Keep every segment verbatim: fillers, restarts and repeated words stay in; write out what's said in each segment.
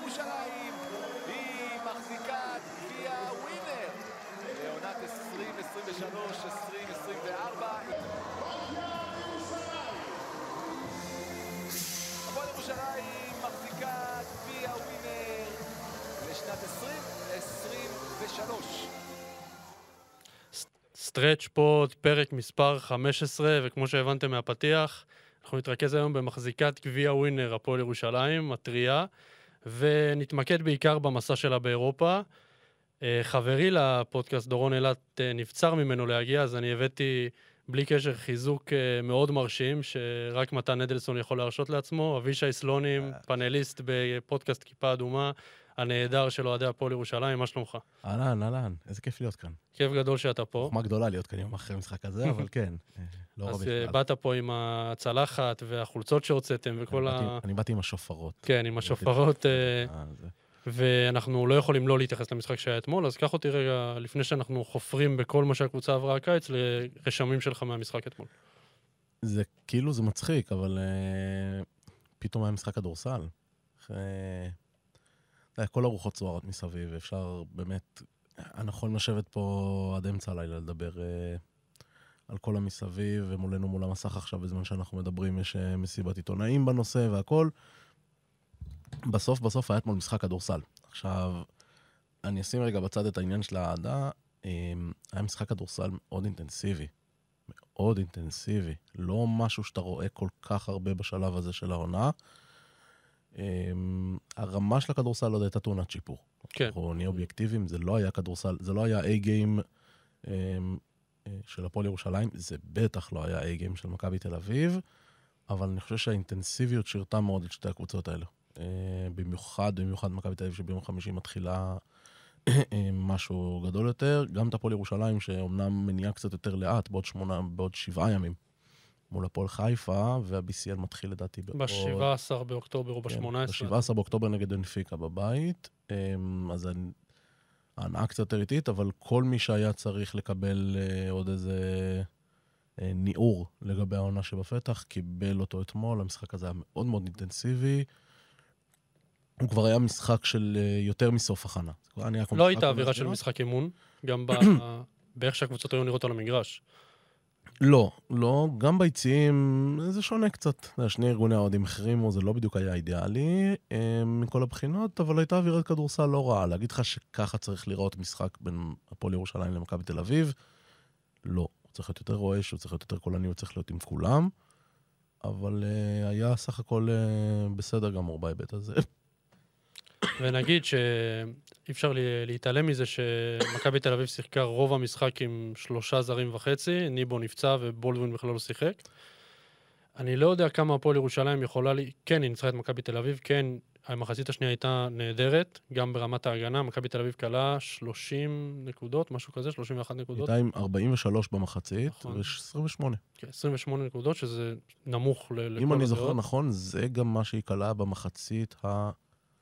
ירושלים היא מחזיקת גביע ווינר לעונת עשרים עשרים ושלוש עשרים עשרים וארבע. הפועל ירושלים מחזיקת גביע ווינר לשנת עשרים עשרים ושלוש. סטרץ' פוד, פרק מספר חמש עשרה, וכמו שהבנתם מהפתיח, אנחנו נתרכז היום במחזיקת גביע ווינר, הפועל ירושלים, מטריה, ונתמקד בעיקר במסע שלה באירופה. חברי לפודקאסט דורון אלת נבצר ממנו להגיע, אז אני הבאתי בלי קשר חיזוק מאוד מרשים, שרק מתן אדלסון יכול להרשות לעצמו. אבישי סלונים, פאנליסט בפודקאסט כיפה אדומה, הנהדר של אוהדי הפועל ירושלים, מה שלומך? אהלן, אהלן, איזה כיף להיות כאן. כיף גדול שאתה פה. חוכמה גדולה להיות כאן יום אחרי משחק הזה, אבל כן, לא רבה בכלל. אז באת פה עם הצלחת והחולצות שהוצאתם וכל ה... אני באתי עם השופרות. כן, עם השופרות, ואנחנו לא יכולים לא להתייחס למשחק שהיה אתמול, אז קח אותי רגע, לפני שאנחנו חופרים בכל מה שהקבוצה עברה הקיץ, לרשמים שלך מהמשחק אתמול. זה כאילו, זה מצחיק, אבל פתאום היה משחק כדורסל. כל הרוחות סוערות מסביב, ואפשר באמת, אנחנו יכולים לשבת פה עד אמצע הלילה לדבר על כל המסביב, ומולנו מול המסך עכשיו, בזמן שאנחנו מדברים, יש מסיבת עיתונאים בנושא והכל. בסוף, בסוף היה אתמול משחק כדורסל. עכשיו, אני אשים רגע בצד את העניין של העדה, היה משחק כדורסל מאוד אינטנסיבי. מאוד אינטנסיבי. לא משהו שאתה רואה כל כך הרבה בשלב הזה של העונה. הרמה של הכדורסל לא הייתה טעונת שיפור. כן. אנחנו נהיה אובייקטיביים, זה לא היה כדורסל, זה לא היה איי-גיים של הפועל ירושלים, זה בטח לא היה איי-גיים של מכבי תל אביב, אבל אני חושב שהאינטנסיביות שירתה מאוד את שתי הקבוצות האלה. במיוחד, במיוחד מכבי תל אביב שביום חמישי מתחילה משהו גדול יותר, גם את הפועל ירושלים שאומנם מניעה קצת יותר לאט, בעוד שמונה, בעוד שבעה ימים. מול הפועל חיפה, וה-בי סי אל מתחיל לדעתי ב-שבעה עשר באוקטובר או ב-שמונה עשרה. ב-שבעה עשר באוקטובר נגד בנפיקה בבית, אז ההנאה קצת יותר איטית, אבל כל מי שהיה צריך לקבל עוד איזה ניעור לגבי העונה שבפתח, קיבל אותו אתמול, המשחק הזה היה מאוד מאוד אינטנסיבי, הוא כבר היה משחק של יותר מסוף הכנה. לא הייתה אווירה של משחק אימון, גם באיך שהקבוצות היו נראות על המגרש. לא, לא, גם ביציעים זה שונה קצת. שני ארגוני האוהדים החרימו, זה לא בדיוק היה אידיאלי מכל הבחינות, אבל הייתה אווירת כדורסל לא רעה. להגיד לך שככה צריך לראות משחק בין הפועל ירושלים למכבי תל אביב, לא. הוא צריך להיות יותר רועש, הוא צריך להיות יותר קולני, הוא צריך להיות עם כולם, אבל היה סך הכל בסדר גמור בהיבט הזה. ונגיד שאי אפשר להתעלם מזה שמכבי תל אביב שיחקה רוב המשחק עם שלושה זרים וחצי, ניבו נפצע ובולדווין בכלל לא שיחק. אני לא יודע כמה הפועל ירושלים יכולה, לי... כן, היא ניצחה את מכבי תל אביב, כן, המחצית השנייה הייתה נהדרת, גם ברמת ההגנה, מכבי תל אביב קלה שלושים נקודות, משהו כזה, שלושים ואחת נקודות. הייתה עם ארבעים ושלוש במחצית, נכון. ו-עשרים ושמונה. כן, עשרים ושמונה נקודות, שזה נמוך לכל הדעות. אם אני זוכר נכון, זה גם מה שהיא קלה במחצית ה...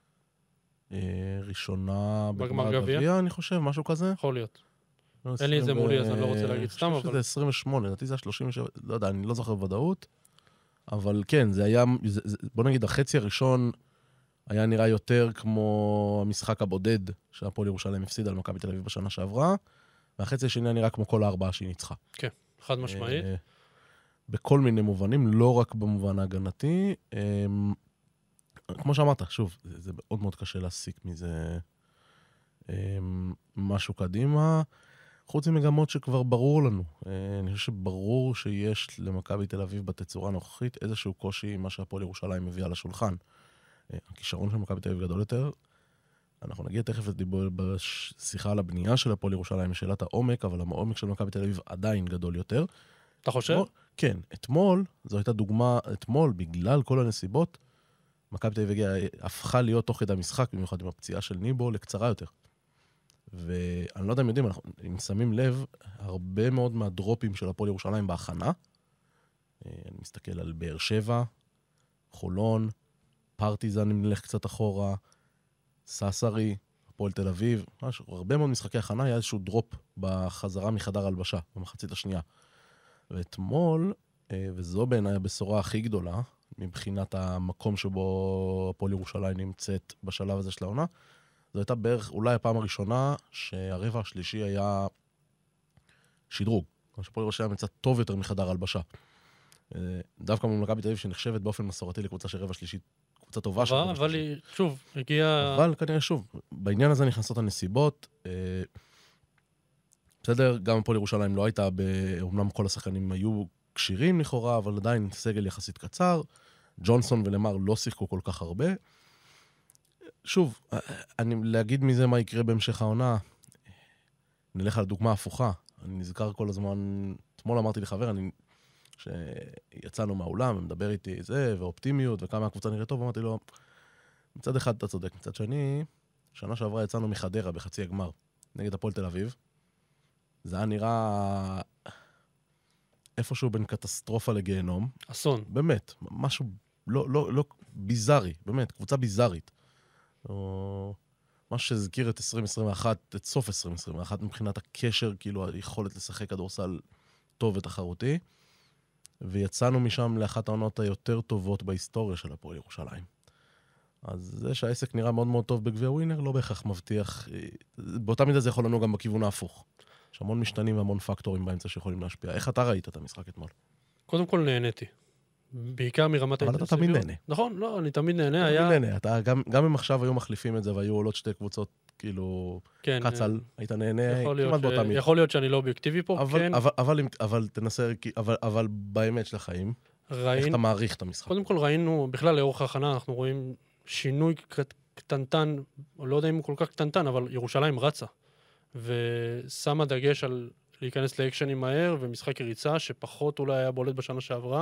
ראשונה בגמר גביע, אני חושב, משהו כזה. יכול להיות. אין לי את זה מולי, אז אני לא רוצה להגיד סתם, אבל... אני חושב שזה עשרים ושמונה, לדעתי זה היה שלושים ושבע, לא יודע, אני לא זוכר בוודאות, אבל כן, זה היה, בוא נגיד, החצי הראשון היה נראה יותר כמו המשחק הבודד שהפועל ירושלים הפסיד על מכבי תל אביב בשנה שעברה, והחצי השני נראה כמו כל הארבעה שהיא ניצחה. כן, חד משמעית. בכל מיני מובנים, לא רק במובן ההגנתי, כמו שאמרת, שוב, זה, זה מאוד מאוד קשה להסיק מזה משהו קדימה, חוץ ממגמות שכבר ברור לנו. אני חושב שברור שיש למכבי תל אביב בתצורה הנוכחית איזשהו קושי עם מה שהפועל ירושלים מביאה לשולחן. הכישרון של מכבי תל אביב גדול יותר. אנחנו נגיע תכף לדיבור בשיחה על הבנייה של הפועל ירושלים, שאלת העומק, אבל העומק של מכבי תל אביב עדיין גדול יותר. אתה חושב? אתמול, כן, אתמול, זו הייתה דוגמה, אתמול, בגלל כל הנסיבות, מכבי תל אביב הפכה להיות תוך כדי המשחק, במיוחד עם הפציעה של ניבו, לקצרה יותר. ואני לא יודע אם יודעים, אנחנו, אם שמים לב, הרבה מאוד מהדרופים של הפועל ירושלים בהכנה, אני מסתכל על באר שבע, חולון, פרטיזן, אם נלך קצת אחורה, ססרי, הפועל תל אביב, משהו, הרבה מאוד משחקי הכנה, היה איזשהו דרופ בחזרה מחדר הלבשה, במחצית השנייה. ואתמול, וזו בעיניי הבשורה הכי גדולה, מבחינת המקום שבו הפועל ירושלים נמצאת בשלב הזה של העונה. זו הייתה בערך אולי הפעם הראשונה שהרבע השלישי היה שדרוג. הפועל ירושלים יצא טוב יותר מחדר הלבשה. דווקא מול מכבי תל אביב שנחשבת באופן מסורתי לקבוצה של רבע שלישי, קבוצה טובה של רבע אבל היא, שוב, הגיעה... אבל כנראה שוב, בעניין הזה נכנסות הנסיבות. בסדר, גם הפועל ירושלים לא הייתה, אומנם כל השחקנים היו קשירים לכאורה, אבל עדיין סגל יחסית קצר. ג'ונסון ולמר לא שיחקו כל כך הרבה. שוב, אני, להגיד מזה מה יקרה בהמשך העונה, נלך על דוגמה הפוכה. אני נזכר כל הזמן, אתמול אמרתי לחבר, אני, שיצאנו מהאולם, מדבר איתי זה, ואופטימיות, וכמה הקבוצה נראית טוב, אמרתי לו, מצד אחד אתה צודק, מצד שני, שנה שעברה יצאנו מחדרה בחצי הגמר, נגד הפועל תל אביב. זה היה נראה איפשהו בין קטסטרופה לגיהנום. אסון. באמת, משהו לא, לא, לא ביזארי, באמת, קבוצה ביזארית. או משהו שהזכיר את עשרים עשרים ואחת, את סוף עשרים עשרים ואחת, מבחינת הקשר, כאילו היכולת לשחק כדורסל טוב ותחרותי. ויצאנו משם לאחת העונות היותר טובות בהיסטוריה של הפועל ירושלים. אז זה שהעסק נראה מאוד מאוד טוב בגביע ווינר, לא בהכרח מבטיח, באותה מידה זה יכול לנו גם בכיוון ההפוך. יש המון משתנים והמון פקטורים באמצע שיכולים להשפיע. איך אתה ראית את המשחק אתמול? קודם כל נהניתי. בעיקר מרמת האינטנסיביות. אבל אתה תמיד נהנה. נכון, לא, אני תמיד נהנה. אתה היה... תמיד נהנה. אתה, גם, גם אם עכשיו היו מחליפים את זה והיו עולות שתי קבוצות, כאילו, כן, קצל, היית נהנה כמעט באותה מידה. יכול להיות שאני לא אובייקטיבי פה, אבל, כן. אבל, אבל, אבל תנסה, אבל, אבל באמת של החיים, ראין, איך אתה מעריך את המשחק? קודם כל ראינו, בכלל לאורך ההכנה, אנחנו רואים שינוי קטנטן, לא יודע אם הוא כל כך קטנטן, אבל ירושלים רצה. ושמה דגש על להיכנס לאקשנים מהר, ומשחק ריצה, שפחות אולי היה בולט בשנה שעברה.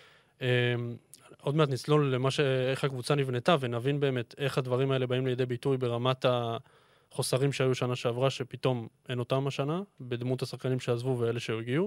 עוד מעט נסלול למה ש... איך הקבוצה נבנתה, ונבין באמת איך הדברים האלה באים לידי ביטוי ברמת החוסרים שהיו שנה שעברה, שפתאום אין אותם השנה, בדמות השחקנים שעזבו ואלה שהגיעו.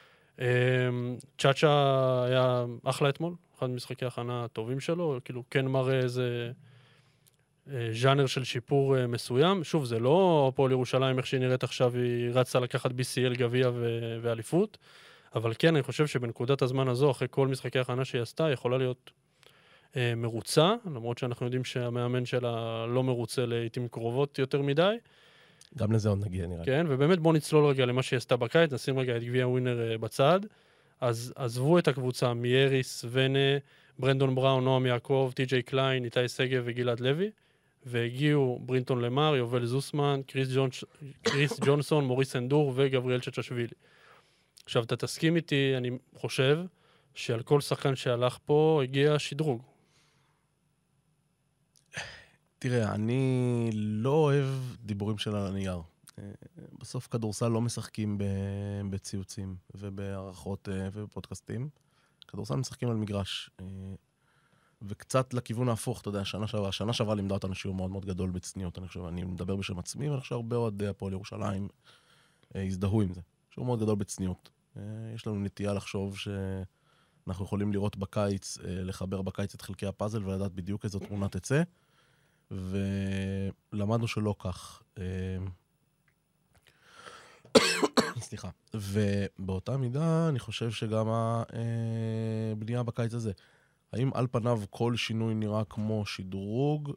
צ'אצ'ה היה אחלה אתמול, אחד ממשחקי ההכנה הטובים שלו, כאילו כן מראה איזה ז'אנר של שיפור מסוים. שוב, זה לא הפועל ירושלים, איך שהיא נראית עכשיו, היא רצה לקחת בי סי אל גביע ו... ואליפות, אבל כן, אני חושב שבנקודת הזמן הזו, אחרי כל משחקי ההכנה שהיא עשתה, יכולה להיות אה, מרוצה, למרות שאנחנו יודעים שהמאמן שלה לא מרוצה לעתים קרובות יותר מדי. גם לזה עוד נגיע, נראה. כן, ובאמת בוא נצלול רגע למה שהיא עשתה בקיץ, נשים רגע את גביע ווינר אה, בצד. אז עזבו את הקבוצה מייריס, ונה, ברנדון בראון, נועם יעקב, טי-ג'יי קליין, איתי סגב וגלעד לוי, והגיעו ברינטון למר, יובל זוסמן, קריס, ג'ונש... קריס ג'ונסון, מוריס אנדור וגבריאל צ'צ'שווילי. עכשיו, אתה תסכים איתי, אני חושב, שעל כל שחקן שהלך פה הגיע שדרוג. תראה, אני לא אוהב דיבורים של על הנייר. בסוף כדורסל לא משחקים בציוצים ובערכות ובפודקאסטים. כדורסל משחקים על מגרש. וקצת לכיוון ההפוך, אתה יודע, השנה שעברה, השנה שעברה לימדה אותנו שיעור מאוד מאוד גדול בצניעות. אני חושב, אני מדבר בשם עצמי, ואני חושב הרבה אוהדי הפועל ירושלים הזדהו עם זה. שיעור מאוד גדול בצניעות. יש לנו נטייה לחשוב שאנחנו יכולים לראות בקיץ, לחבר בקיץ את חלקי הפאזל ולדעת בדיוק איזו תמונה תצא, ולמדנו שלא כך. סליחה. ובאותה מידה אני חושב שגם הבנייה בקיץ הזה, האם על פניו כל שינוי נראה כמו שדרוג?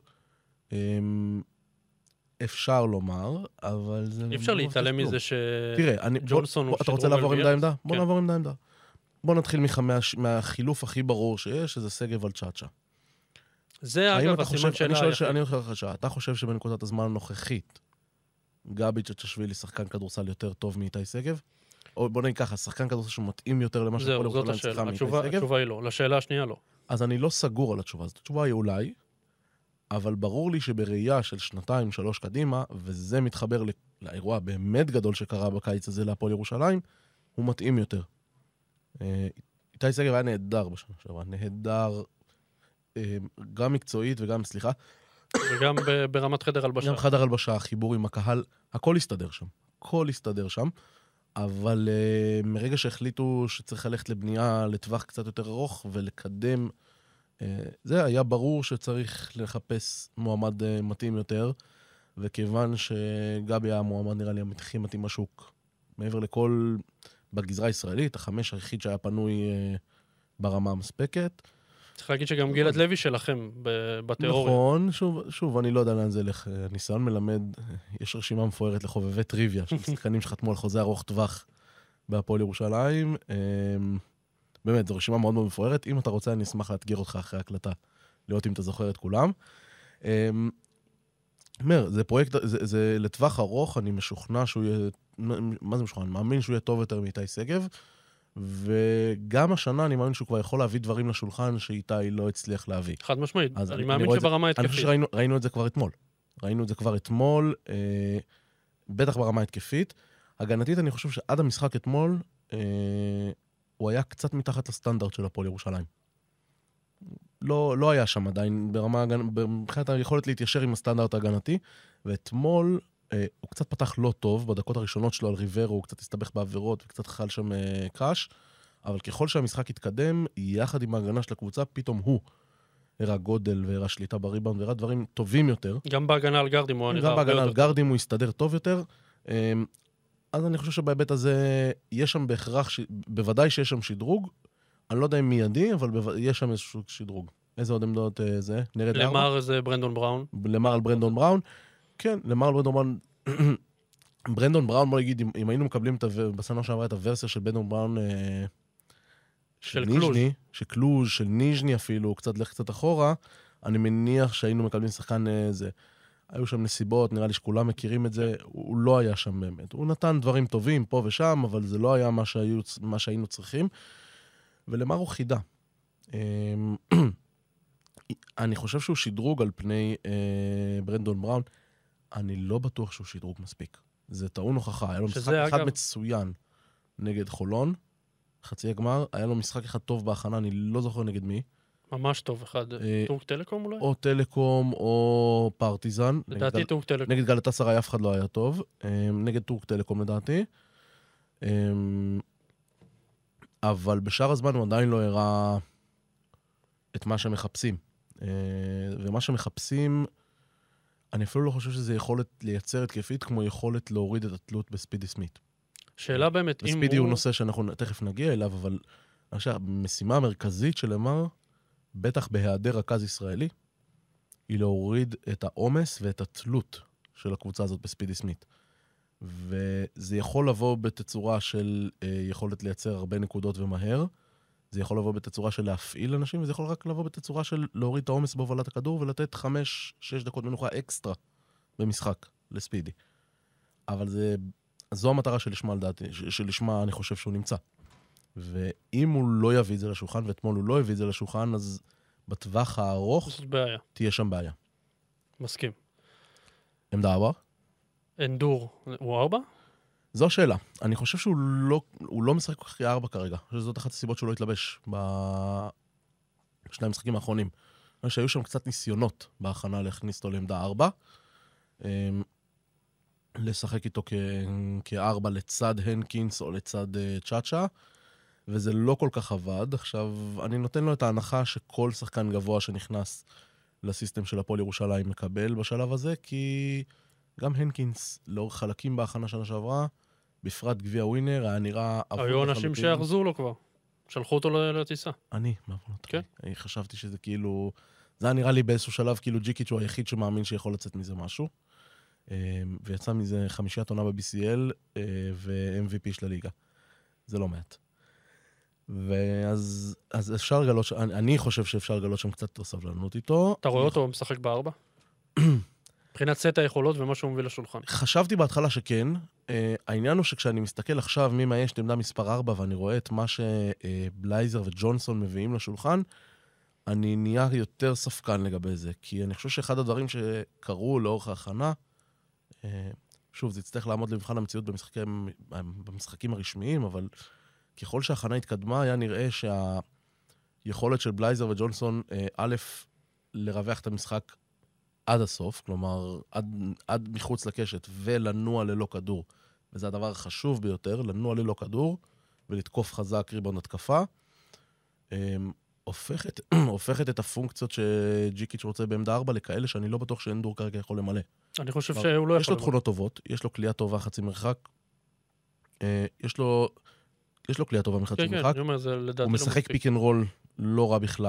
אפשר לומר, אבל זה... אי אפשר להתעלם מזה שג'ונסון הוא שדרוג. אתה רוצה לעבור עמדה עמדה? בוא נעבור עמדה עמדה. בוא נתחיל מהחילוף הכי ברור שיש, שזה סגב על צ'אצ'ה. זה אגב הסימן שלה... אני חושב לך שאתה חושב שבנקודת הזמן הנוכחית, גבי צ'צ'שווילי שחקן כדורסל יותר טוב מאיתי סגב? או בוא נגיד ככה, שחקן כדורסל שמתאים יותר למה שכל ירושלים צריכה מאיתי סגב? התשובה היא לא. לשאלה השנייה לא. אז אני לא סגור על התשובה הזאת. התשובה היא אולי, אבל ברור לי שבראייה של שנתיים, שלוש קדימה, וזה מתחבר לאירוע באמת גדול שקרה בקיץ הזה להפועל ירושלים, הוא מתאים יותר. איתי סגב היה נהדר בשנה שעברה, נהדר, גם מקצועית וגם, סליחה, וגם ברמת חדר הלבשה. גם חדר הלבשה, חיבור עם הקהל, הכל הסתדר שם. הכל הסתדר שם, אבל uh, מרגע שהחליטו שצריך ללכת לבנייה לטווח קצת יותר ארוך ולקדם, uh, זה היה ברור שצריך לחפש מועמד uh, מתאים יותר, וכיוון שגבי היה מועמד נראה לי המתחי מתאים בשוק, מעבר לכל, בגזרה הישראלית, החמש היחיד שהיה פנוי uh, ברמה המספקת, צריך להגיד שגם גלעד לוי שלכם בתיאוריה. נכון, שוב, שוב, אני לא יודע לאן זה הולך. ניסיון מלמד, יש רשימה מפוארת לחובבי טריוויה, של שחקנים שחתמו על חוזה ארוך טווח בהפועל ירושלים. באמת, זו רשימה מאוד מאוד מפוארת. אם אתה רוצה, אני אשמח לאתגר אותך אחרי ההקלטה, לראות אם אתה זוכר את כולם. אומר, זה פרויקט, זה, זה לטווח ארוך, אני משוכנע שהוא יהיה, מה זה משוכנע? אני מאמין שהוא יהיה טוב יותר מאיתי שגב, וגם השנה אני מאמין שהוא כבר יכול להביא דברים לשולחן שאיתי לא הצליח להביא. חד משמעית, אני, אני מאמין אני שברמה התקפית. אני חושב שראינו ראינו את זה כבר אתמול. ראינו את זה כבר אתמול, אה, בטח ברמה התקפית. הגנתית, אני חושב שעד המשחק אתמול, אה, הוא היה קצת מתחת לסטנדרט של הפועל ירושלים. לא, לא היה שם עדיין ברמה, מבחינת היכולת להתיישר עם הסטנדרט ההגנתי, ואתמול אה, הוא קצת פתח לא טוב, בדקות הראשונות שלו על ריברו, הוא קצת הסתבך בעבירות וקצת חל שם אה, קרש, אבל ככל שהמשחק התקדם, יחד עם ההגנה של הקבוצה, פתאום הוא הראה גודל והראה שליטה בריבאונד, והראה דברים טובים יותר. גם בהגנה על גרדים הוא נראה גם בהגנה על גרדים הוא הסתדר טוב יותר. אה, אז אני חושב שבהיבט הזה, יש שם בהכרח, ש... בוודאי שיש שם שדרוג, אני לא יודע אם מיידי, אבל בו... יש שם איזשהו שדרוג. איזה עוד עמדות זה? נרד לארבע? למר זה ברנדון בראון. למר על ברנדון בראון. כן, למר על ברנדון בראון. ברנדון בראון, בוא נגיד, אם, אם היינו מקבלים את, בסנה שעברה את הוורסיה של ברנדון בראון, אה, של, של ניז'ני, קלוז'. של קלוז', של ניז'ני אפילו, קצת לך קצת אחורה, אני מניח שהיינו מקבלים שחקן אה, זה. היו שם נסיבות, נראה לי שכולם מכירים את זה, הוא לא היה שם באמת. הוא נתן דברים טובים פה ושם, אבל זה לא היה מה, שהיו, מה שהיינו צריכים. ולמר הוא חידה. אני חושב שהוא שדרוג על פני אה, ברנדון בראון, אני לא בטוח שהוא שדרוג מספיק. זה טעון הוכחה, היה לו משחק אחד אגב... מצוין נגד חולון, חצי הגמר, היה לו משחק אחד טוב בהכנה, אני לא זוכר נגד מי. ממש טוב, אחד, אה, טורק טלקום אולי? או טלקום או פרטיזן. לדעתי גל... טורק טלקום. נגד גלאטסראי אף אחד לא היה טוב, אה, נגד טורק טלקום לדעתי. אה, אבל בשאר הזמן הוא עדיין לא הראה את מה שמחפשים. ומה שמחפשים, אני אפילו לא חושב שזה יכולת לייצר התקפית, כמו יכולת להוריד את התלות בספידי סמית. שאלה באמת, אם הוא... ספידי הוא נושא שאנחנו תכף נגיע אליו, אבל אני חושב, המשימה המרכזית של אמר, בטח בהיעדר רכז ישראלי, היא להוריד את העומס ואת התלות של הקבוצה הזאת בספידי סמית. וזה יכול לבוא בתצורה של אה, יכולת לייצר הרבה נקודות ומהר, זה יכול לבוא בתצורה של להפעיל אנשים, וזה יכול רק לבוא בתצורה של להוריד את העומס בהובלת הכדור, ולתת חמש, שש דקות מנוחה אקסטרה במשחק לספידי. אבל זה, זו המטרה שלשמה, לדעתי, שלשמה אני חושב שהוא נמצא. ואם הוא לא יביא את זה לשולחן, ואתמול הוא לא יביא את זה לשולחן, אז בטווח הארוך תהיה שם בעיה. מסכים. עמדה ארבע? אנדור, הוא ארבע? זו השאלה. אני חושב שהוא לא, הוא לא משחק כל כך כארבע כרגע. אני חושב שזאת אחת הסיבות שהוא לא התלבש בשני המשחקים האחרונים. אני חושב שהיו שם קצת ניסיונות בהכנה להכניס אותו לעמדה ארבע. לשחק איתו כ- כארבע לצד הנקינס או לצד uh, צ'אצ'ה, וזה לא כל כך עבד. עכשיו, אני נותן לו את ההנחה שכל שחקן גבוה שנכנס לסיסטם של הפועל ירושלים מקבל בשלב הזה, כי גם הנקינס, לאורך חלקים בהכנה שנה שעברה, בפרט גביע ווינר, היה נראה... היו אנשים שיחזו לו כבר. שלחו אותו לטיסה. אני, מה עבונות? כן. אני חשבתי שזה כאילו... זה היה נראה לי באיזשהו שלב, כאילו ג'יקיץ' הוא היחיד שמאמין שיכול לצאת מזה משהו. ויצא מזה חמישיית עונה ב-בי סי אל ו-אם וי פי של הליגה. זה לא מעט. ואז אז אפשר לגלות, ש... אני, אני חושב שאפשר לגלות שם קצת יותר סבלנות איתו. אתה רואה אותו משחק בארבע? מבחינת סט היכולות ומה שהוא מביא לשולחן. חשבתי בהתחלה שכן. Uh, העניין הוא שכשאני מסתכל עכשיו מי מה יש לעמדה מספר ארבע, ואני רואה את מה שבלייזר וג'ונסון מביאים לשולחן, אני נהיה יותר ספקן לגבי זה. כי אני חושב שאחד הדברים שקרו לאורך ההכנה, uh, שוב, זה יצטרך לעמוד למבחן המציאות במשחקים, במשחקים הרשמיים, אבל ככל שההכנה התקדמה, היה נראה שהיכולת של בלייזר וג'ונסון, uh, א', לרווח את המשחק עד הסוף, כלומר, עד, עד מחוץ לקשת, ולנוע ללא כדור. וזה הדבר החשוב ביותר, לנוע ללא כדור, ולתקוף חזק ריבון התקפה. הופכת, הופכת את הפונקציות שג'יקיץ' רוצה בעמדה ארבע, לכאלה שאני לא בטוח שאנדור כרגע יכול למלא. אני חושב שהוא לא יכול למלא. יש לו תכונות טובות, יש לו קליעה טובה חצי מרחק, יש לו, יש לו קליעה טובה מחצי מרחק. הוא משחק פיק אנד רול לא רע בכלל,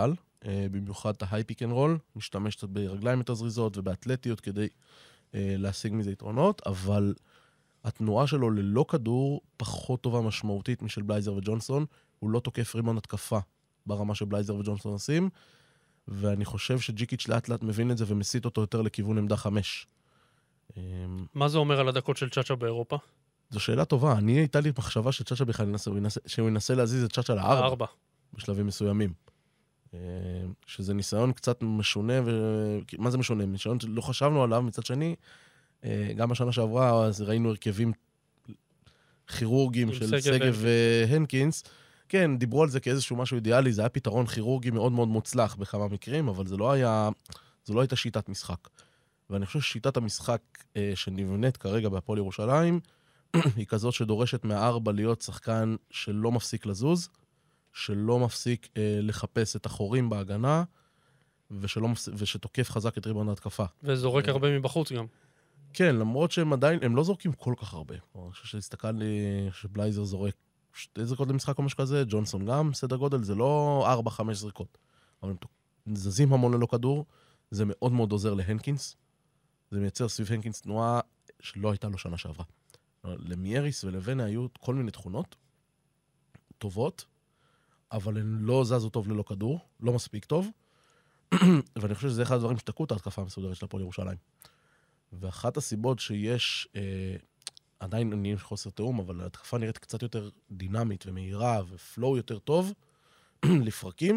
במיוחד את ההיי פיק אנד רול, משתמש קצת ברגליים יותר זריזות ובאתלטיות כדי להשיג מזה יתרונות, אבל התנועה שלו ללא כדור פחות טובה משמעותית משל בלייזר וג'ונסון, הוא לא תוקף ריבאונד התקפה ברמה שבלייזר וג'ונסון עושים, ואני חושב שג'יקיץ' לאט לאט מבין את זה ומסיט אותו יותר לכיוון עמדה חמש. מה זה אומר על הדקות של צ'אצ'ה באירופה? זו שאלה טובה. אני הייתה לי מחשבה שצ'אצ'ה בכלל ינסה, שהוא ינסה להזיז את צ'אצ'ה לארבע. בשלבים מסוימים. שזה ניסיון קצת משונה, ו... מה זה משונה? ניסיון שלא חשבנו עליו, מצד שני, גם בשנה שעברה, אז ראינו הרכבים כירורגיים של סגב והנקינס. כן, דיברו על זה כאיזשהו משהו אידיאלי, זה היה פתרון כירורגי מאוד מאוד מוצלח בכמה מקרים, אבל זה לא היה, זו לא הייתה שיטת משחק. ואני חושב ששיטת המשחק שנבנית כרגע בהפועל ירושלים, היא כזאת שדורשת מהארבע להיות שחקן שלא מפסיק לזוז, שלא מפסיק אה, לחפש את החורים בהגנה, ושלא מפס... ושתוקף חזק את ריבאונד ההתקפה. וזורק הרבה מבחוץ גם. כן, למרות שהם עדיין, הם לא זורקים כל כך הרבה. אני חושב שהסתכל לי שבלייזר זורק שתי זריקות למשחק או משהו כזה, ג'ונסון גם, סדר גודל, זה לא ארבע חמש זריקות. אבל הם זזים המון ללא כדור, זה מאוד מאוד עוזר להנקינס, זה מייצר סביב הנקינס תנועה שלא הייתה לו שנה שעברה. למייריס ולבנה היו כל מיני תכונות טובות, אבל הן לא זזו טוב ללא כדור, לא מספיק טוב, ואני חושב שזה אחד הדברים שתקעו את ההתקפה המסודרת של הפועל ירושלים. ואחת הסיבות שיש, אה, עדיין נהיה חוסר תאום, אבל ההתקפה נראית קצת יותר דינמית ומהירה, ופלואו יותר טוב, לפרקים,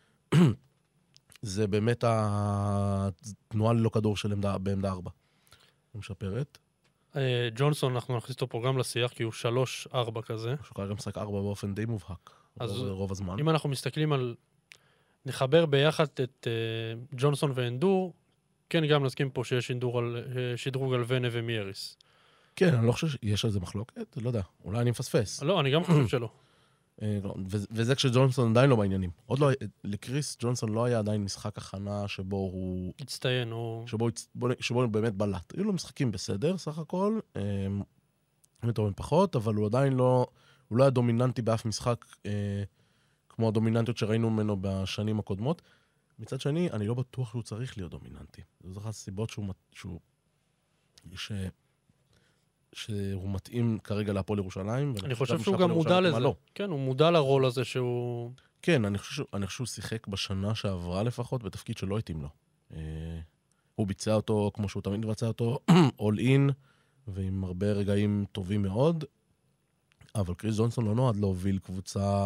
זה באמת התנועה ללא כדור של עמדה, בעמדה ארבע. משפרת. ג'ונסון, אנחנו נכניס אותו פה גם לשיח, כי הוא שלוש ארבע כזה. שהוא כרגע משחק ארבע באופן די מובהק, אז רוב הזמן. אם אנחנו מסתכלים על... נחבר ביחד את uh, ג'ונסון ואנדור, כן, גם נסכים פה שיש שדרוג על, שדרוג על ונה ומייריס. כן, אני לא חושב שיש על זה מחלוקת, לא יודע, אולי אני מפספס. לא, אני גם חושב שלא. וזה כשג'ונסון עדיין לא בעניינים. עוד לא, לקריס ג'ונסון לא היה עדיין משחק הכנה שבו הוא... הצטיין, או... שבו, שבו הוא באמת בלט. היו לו משחקים בסדר, סך הכל, מתאומן פחות, אבל הוא עדיין לא... הוא לא היה דומיננטי באף משחק, כמו הדומיננטיות שראינו ממנו בשנים הקודמות. מצד שני, אני לא בטוח שהוא צריך להיות דומיננטי. זו אחת הסיבות שהוא... שהוא ש... שהוא מתאים כרגע להפועל ירושלים. אני חושב שהוא גם מודע לזה. כן, הוא מודע לרול הזה שהוא... כן, אני חושב שהוא שיחק בשנה שעברה לפחות, בתפקיד שלא התאים לו. הוא ביצע אותו, כמו שהוא תמיד ביצע אותו, all in, ועם הרבה רגעים טובים מאוד, אבל קריס ג'ונסון לא נועד להוביל קבוצה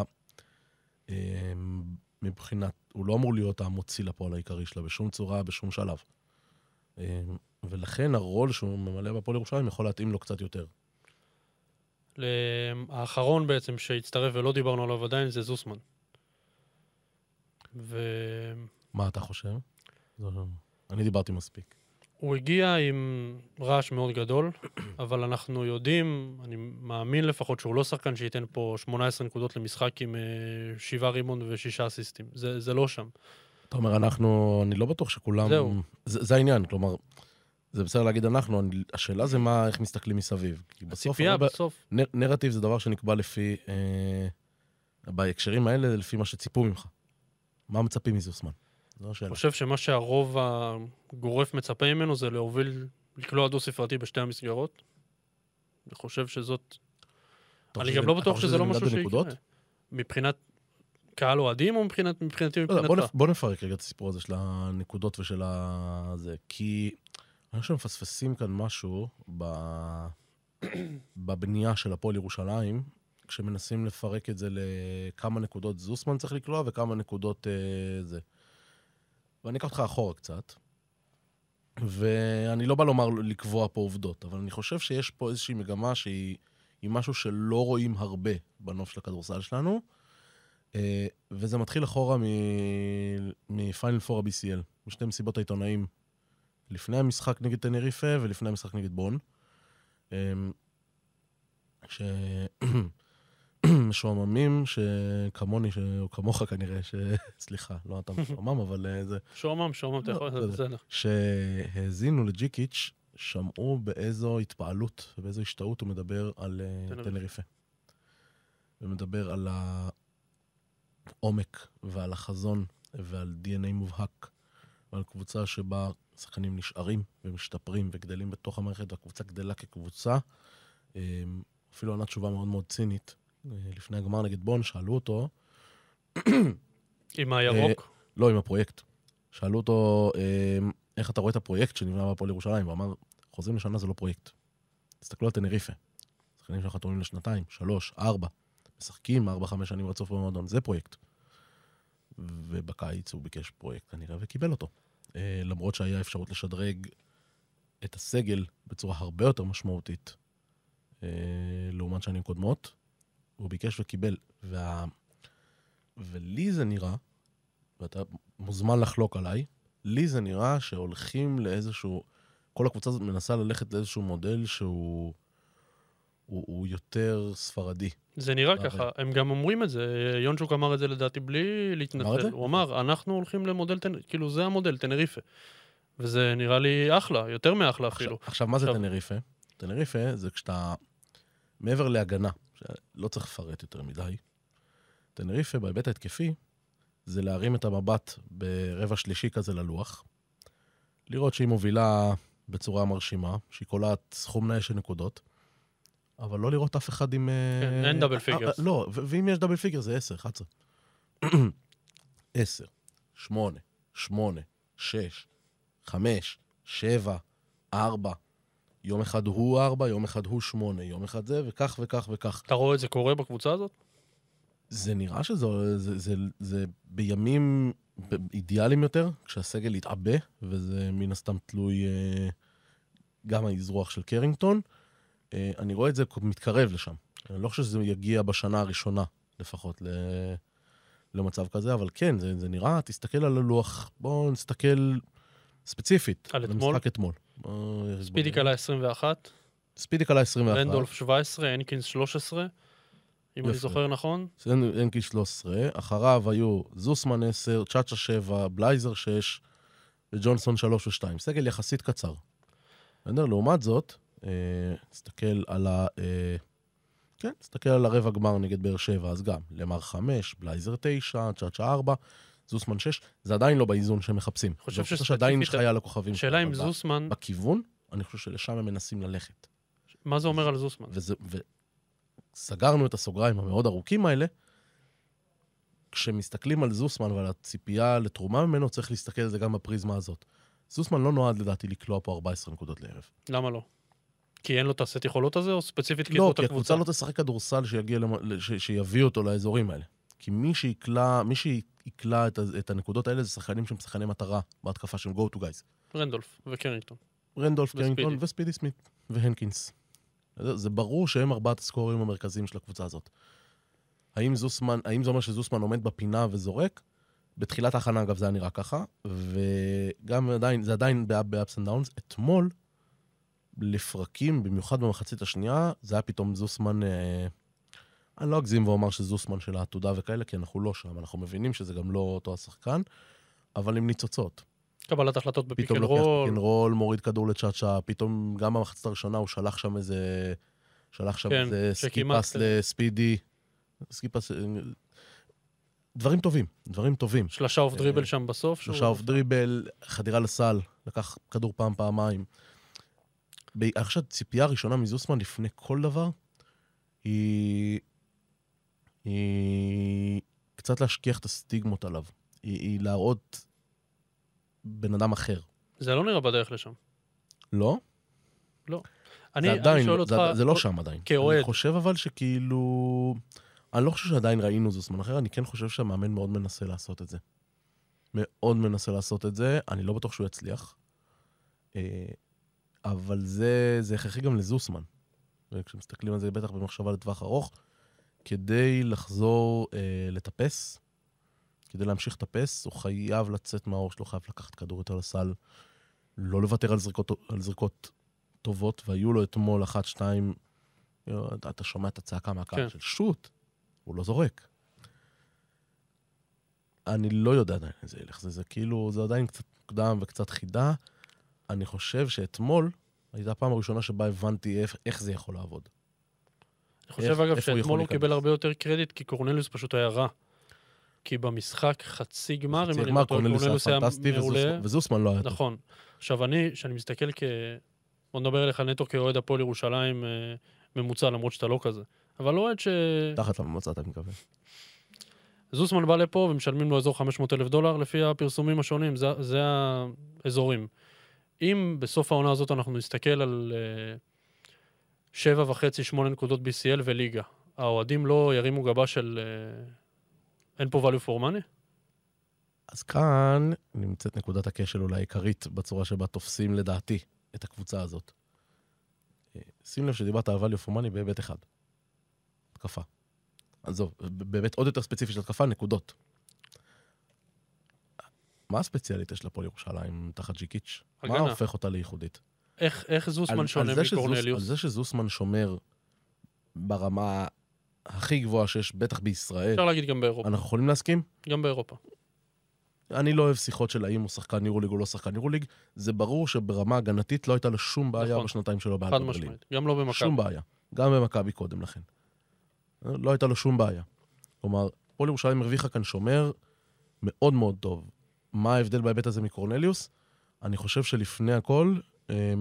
מבחינת, הוא לא אמור להיות המוציא לפועל העיקרי שלה, בשום צורה, בשום שלב. ולכן הרול שהוא ממלא בהפועל ירושלים יכול להתאים לו קצת יותר. האחרון בעצם שהצטרף ולא דיברנו עליו עדיין זה זוסמן. ו... מה אתה חושב? אני דיברתי מספיק. הוא הגיע עם רעש מאוד גדול, אבל אנחנו יודעים, אני מאמין לפחות שהוא לא שחקן שייתן פה שמונה עשרה נקודות למשחק עם שבעה רימונד ושישה אסיסטים. זה, זה לא שם. אתה אומר, אנחנו, אני לא בטוח שכולם... זהו. זה, זה העניין, כלומר... זה בסדר להגיד אנחנו, אני, השאלה זה מה, איך מסתכלים מסביב. הציפייה בסוף. נ, נרטיב זה דבר שנקבע לפי, אה, בהקשרים האלה, לפי מה שציפו ממך. מה מצפים מזוסמן? זו השאלה. אני חושב שמה שהרוב הגורף מצפה ממנו זה להוביל, לקלוע דו ספרתי בשתי המסגרות. אני חושב שזאת... אני גם לא בטוח שזה לא משהו שיקרה. מבחינת קהל אוהדים או מבחינת, מבחינתי מבחינתך? בוא, בוא נפרק רגע את הסיפור הזה של הנקודות ושל הזה, כי... אני חושב שמפספסים כאן משהו ב... בבנייה של הפועל ירושלים, כשמנסים לפרק את זה לכמה נקודות זוסמן צריך לקלוע וכמה נקודות אה, זה. ואני אקח אותך אחורה קצת, ואני לא בא לומר לקבוע פה עובדות, אבל אני חושב שיש פה איזושהי מגמה שהיא משהו שלא רואים הרבה בנוף של הכדורסל שלנו, אה, וזה מתחיל אחורה מפיינל פור ה-בי סי אל, משתי מסיבות העיתונאים, לפני המשחק נגד טנריפה ולפני המשחק נגד בון. שמשועממים שכמוני, או כמוך כנראה, סליחה, לא אתה משועמם, אבל זה... משועמם, משועמם, אתה יכול לעשות בסדר. שהזינו לג'יקיץ', שמעו באיזו התפעלות ובאיזו השתאות הוא מדבר על טנריפה. ומדבר על העומק ועל החזון ועל די אן איי מובהק, ועל קבוצה שבה שחקנים נשארים ומשתפרים וגדלים בתוך המערכת, והקבוצה גדלה כקבוצה. אפילו עונה תשובה מאוד מאוד צינית. לפני הגמר נגד בון, שאלו אותו... עם הירוק? לא, עם הפרויקט. שאלו אותו, איך אתה רואה את הפרויקט שנבנה בהפועל ירושלים? הוא אמר, חוזרים לשנה זה לא פרויקט. תסתכלו על טנריפה. שחקנים שלך תורמים לשנתיים, שלוש, ארבע. משחקים ארבע, חמש שנים רצוף במועדון. זה פרויקט. ובקיץ הוא ביקש פרויקט כנראה וקיבל אותו. למרות שהיה אפשרות לשדרג את הסגל בצורה הרבה יותר משמעותית לעומת שנים קודמות, הוא ביקש וקיבל. וה... ולי זה נראה, ואתה מוזמן לחלוק עליי, לי זה נראה שהולכים לאיזשהו, כל הקבוצה הזאת מנסה ללכת לאיזשהו מודל שהוא הוא, הוא יותר ספרדי. זה נראה ככה, הם גם אומרים את זה, יונצ'וק אמר את זה לדעתי בלי להתנצל, הוא אמר, אנחנו הולכים למודל, כאילו זה המודל, טנריפה, וזה נראה לי אחלה, יותר מאחלה אפילו. עכשיו, מה זה טנריפה? טנריפה זה כשאתה, מעבר להגנה, שלא צריך לפרט יותר מדי, טנריפה בהיבט ההתקפי, זה להרים את המבט ברבע שלישי כזה ללוח, לראות שהיא מובילה בצורה מרשימה, שהיא קולעת סכום נאה של נקודות, אבל לא לראות אף אחד עם... כן, אין דאבל פיגרס. לא, ואם יש דאבל פיגר זה עשר, אחת עשרה. עשר, שמונה, שמונה, שש, חמש, שבע, ארבע. יום אחד הוא ארבע, יום אחד הוא שמונה, יום אחד זה, וכך וכך וכך. אתה רואה את זה קורה בקבוצה הזאת? זה נראה שזה זה, זה, זה בימים אידיאליים יותר, כשהסגל יתעבה, וזה מן הסתם תלוי גם האזרוח של קרינגטון. אני רואה את זה מתקרב לשם. אני לא חושב שזה יגיע בשנה הראשונה, לפחות, למצב כזה, אבל כן, זה, זה נראה, תסתכל על הלוח, בואו נסתכל ספציפית. על אתמול? למשחק אתמול. ספידיק עלה עשרים ואחת. ספידיק עלה עשרים ואחת. רנדולף שבע עשרה, הנקינס שלוש עשרה. אם אני זוכר נכון. הנקינס שלוש עשרה. אחריו היו זוסמן עשר, צ'אצ'ה שבע, בלייזר שש, וג'ונסון שלוש ושתיים. סגל יחסית קצר. לעומת זאת, נסתכל על ה... כן, נסתכל על הרבע גמר נגד באר שבע, אז גם, למר חמש, בלייזר תשע, צ'אצ'ה ארבע, זוסמן שש, זה עדיין לא באיזון שהם מחפשים. חושב שספציפית... שעדיין יש חיה לכוכבים. שאלה עם זוסמן... בכיוון, אני חושב שלשם הם מנסים ללכת. מה זה אומר על זוסמן? וזה... וסגרנו את הסוגריים המאוד ארוכים האלה, כשמסתכלים על זוסמן ועל הציפייה לתרומה ממנו, צריך להסתכל על זה גם בפריזמה הזאת. זוסמן לא נועד לדעתי לקלוע פה ארבע עשרה נקודות לערב. למה לא? כי אין לו את הסט יכולות הזה, או ספציפית כי לא, זאת כי הקבוצה? הקבוצה לא תשחק כדורסל שיגיע למ... ש... שיביא אותו לאזורים האלה. כי מי שיקלע, מי שיקלע את, את הנקודות האלה זה שחקנים שהם שחקני מטרה בהתקפה של go to guys. רנדולף וקרינגטון. רנדולף, קרינגטון וספידי סמית והנקינס. זה, זה ברור שהם ארבעת הסקורים המרכזיים של הקבוצה הזאת. האם זוסמן, האם זה אומר שזוסמן עומד בפינה וזורק? בתחילת ההכנה, אגב, זה היה נראה ככה, וגם עדיין, זה עדיין ב-ups and downs. אתמול, לפרקים, במיוחד במחצית השנייה, זה היה פתאום זוסמן, אה, אני לא אגזים ואומר שזוסמן של העתודה וכאלה, כי אנחנו לא שם, אנחנו מבינים שזה גם לא אותו השחקן, אבל עם ניצוצות. קבלת החלטות בפיק פתאום אנד לוקח רול. פיק אנד רול, מוריד כדור לצ'אצ'ה, פתאום גם במחצית הראשונה הוא שלח שם איזה, שלח שם כן, איזה שכמעט- סקיפס לספידי, סקיפס, דברים טובים, דברים טובים. שלושה אוף דריבל שם בסוף. שלושה שהוא- אוף דריבל, חדירה לסל, לקח כדור פעם, פעמיים. ב- אני חושב, ציפייה ראשונה מזוסמן לפני כל דבר, היא... היא קצת להשכיח את הסטיגמות עליו. היא, היא להראות בן אדם אחר. זה לא נראה בדרך לשם. לא? אני זה אני עדיין, שואל זה, אותך... זה לא שם עדיין. כאוהד. אני חושב אבל שכאילו... אני לא חושב שעדיין ראינו זוסמן אחר, אני כן חושב שהמאמן מאוד מנסה לעשות את זה. מאוד מנסה לעשות את זה, אני לא בטוח שהוא יצליח. אה, אבל זה, זה הכרחי גם לזוסמן. וכשמסתכלים על זה בטח במחשבה לטווח ארוך, כדי לחזור אה, לטפס, כדי להמשיך לטפס, הוא חייב לצאת מהאור שלו, חייב לקחת כדור יותר לסל, לא לוותר על זריקות, על זריקות טובות, והיו לו אתמול אחת, שתיים, אתה שומע את הצעקה מהקהל כן. של שוט, הוא לא זורק. אני לא יודע עדיין איזה ילך, זה, זה כאילו, זה עדיין קצת מוקדם וקצת חידה. אני חושב שאתמול הייתה הפעם הראשונה שבה הבנתי איך, איך זה יכול לעבוד. אני חושב איך- אגב איפה הוא יכול שאתמול הוא להיכנס? קיבל הרבה יותר קרדיט, כי קורנליוס פשוט היה רע. כי במשחק חצי גמר, חצי אם אני גמר, לא טועה, קורנליוס היה קורנליוס היה פנטסטי, מעולה. וזוס- וזוסמן לא היה טוב. נכון. עכשיו, אני, שאני מסתכל כ... בוא נדבר אליך נטו כאוהד הפועל ירושלים אה, ממוצע, למרות שאתה לא כזה. אבל אוהד ש... תחת לממוצע, אתה מקווה. זוסמן בא לפה ומשלמים לו אזור חמש מאות אלף דולר לפי הפרסומים השונים, זה, זה האזורים. אם בסוף העונה הזאת אנחנו נסתכל על uh, שבע וחצי, שמונה נקודות בי סי אל וליגה, האוהדים לא ירימו גבה של uh, אין פה value for money? אז כאן נמצאת נקודת הכשל אולי העיקרית בצורה שבה תופסים לדעתי את הקבוצה הזאת. שים לב שדיברת על value for money בהיבט אחד. התקפה. עזוב, באמת עוד יותר ספציפי של התקפה, נקודות. מה הספציאלית יש לפועל ירושלים תחת ג'יקיץ'? מה הגנה. הופך אותה לייחודית? איך, איך זוסמן על- שונה על זה שזוס- על מקורנליוס? זה שזוסמן שומר ברמה הכי גבוהה שיש בטח בישראל, אפשר להגיד גם באירופה. אנחנו יכולים להסכים? גם באירופה. אני לא אוהב שיחות של האם הוא שחקן יורוליג או לא שחקן יורוליג. זה ברור שברמה הגנתית לא הייתה לו שום בעיה נכון. בשנתיים שלו חד באלטה ברלין. משמעית. גם לא במכבי. שום בעיה. גם במכבי קודם לכן. לא הייתה לו שום בעיה. כלומר, הפועל ירושלים הרוויחה כאן שומר מאוד מאוד טוב. מה ההבדל בהיבט הזה מקורנליוס? אני חושב שלפני הכל, אה,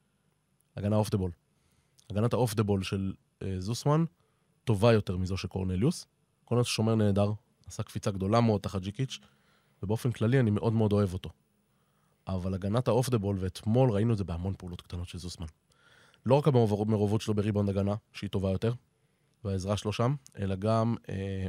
הגנה אוף דה בול. הגנת האוף דה בול של אה, זוסמן טובה יותר מזו של קורנליוס. קורנליוס שומר נהדר, עשה קפיצה גדולה מאוד תחת ג'יקיץ', ובאופן כללי אני מאוד מאוד אוהב אותו. אבל הגנת האוף דה בול, ואתמול ראינו את זה בהמון פעולות קטנות של זוסמן. לא רק המעורבות שלו בריבאונד הגנה, שהיא טובה יותר, והעזרה שלו שם, אלא גם אה,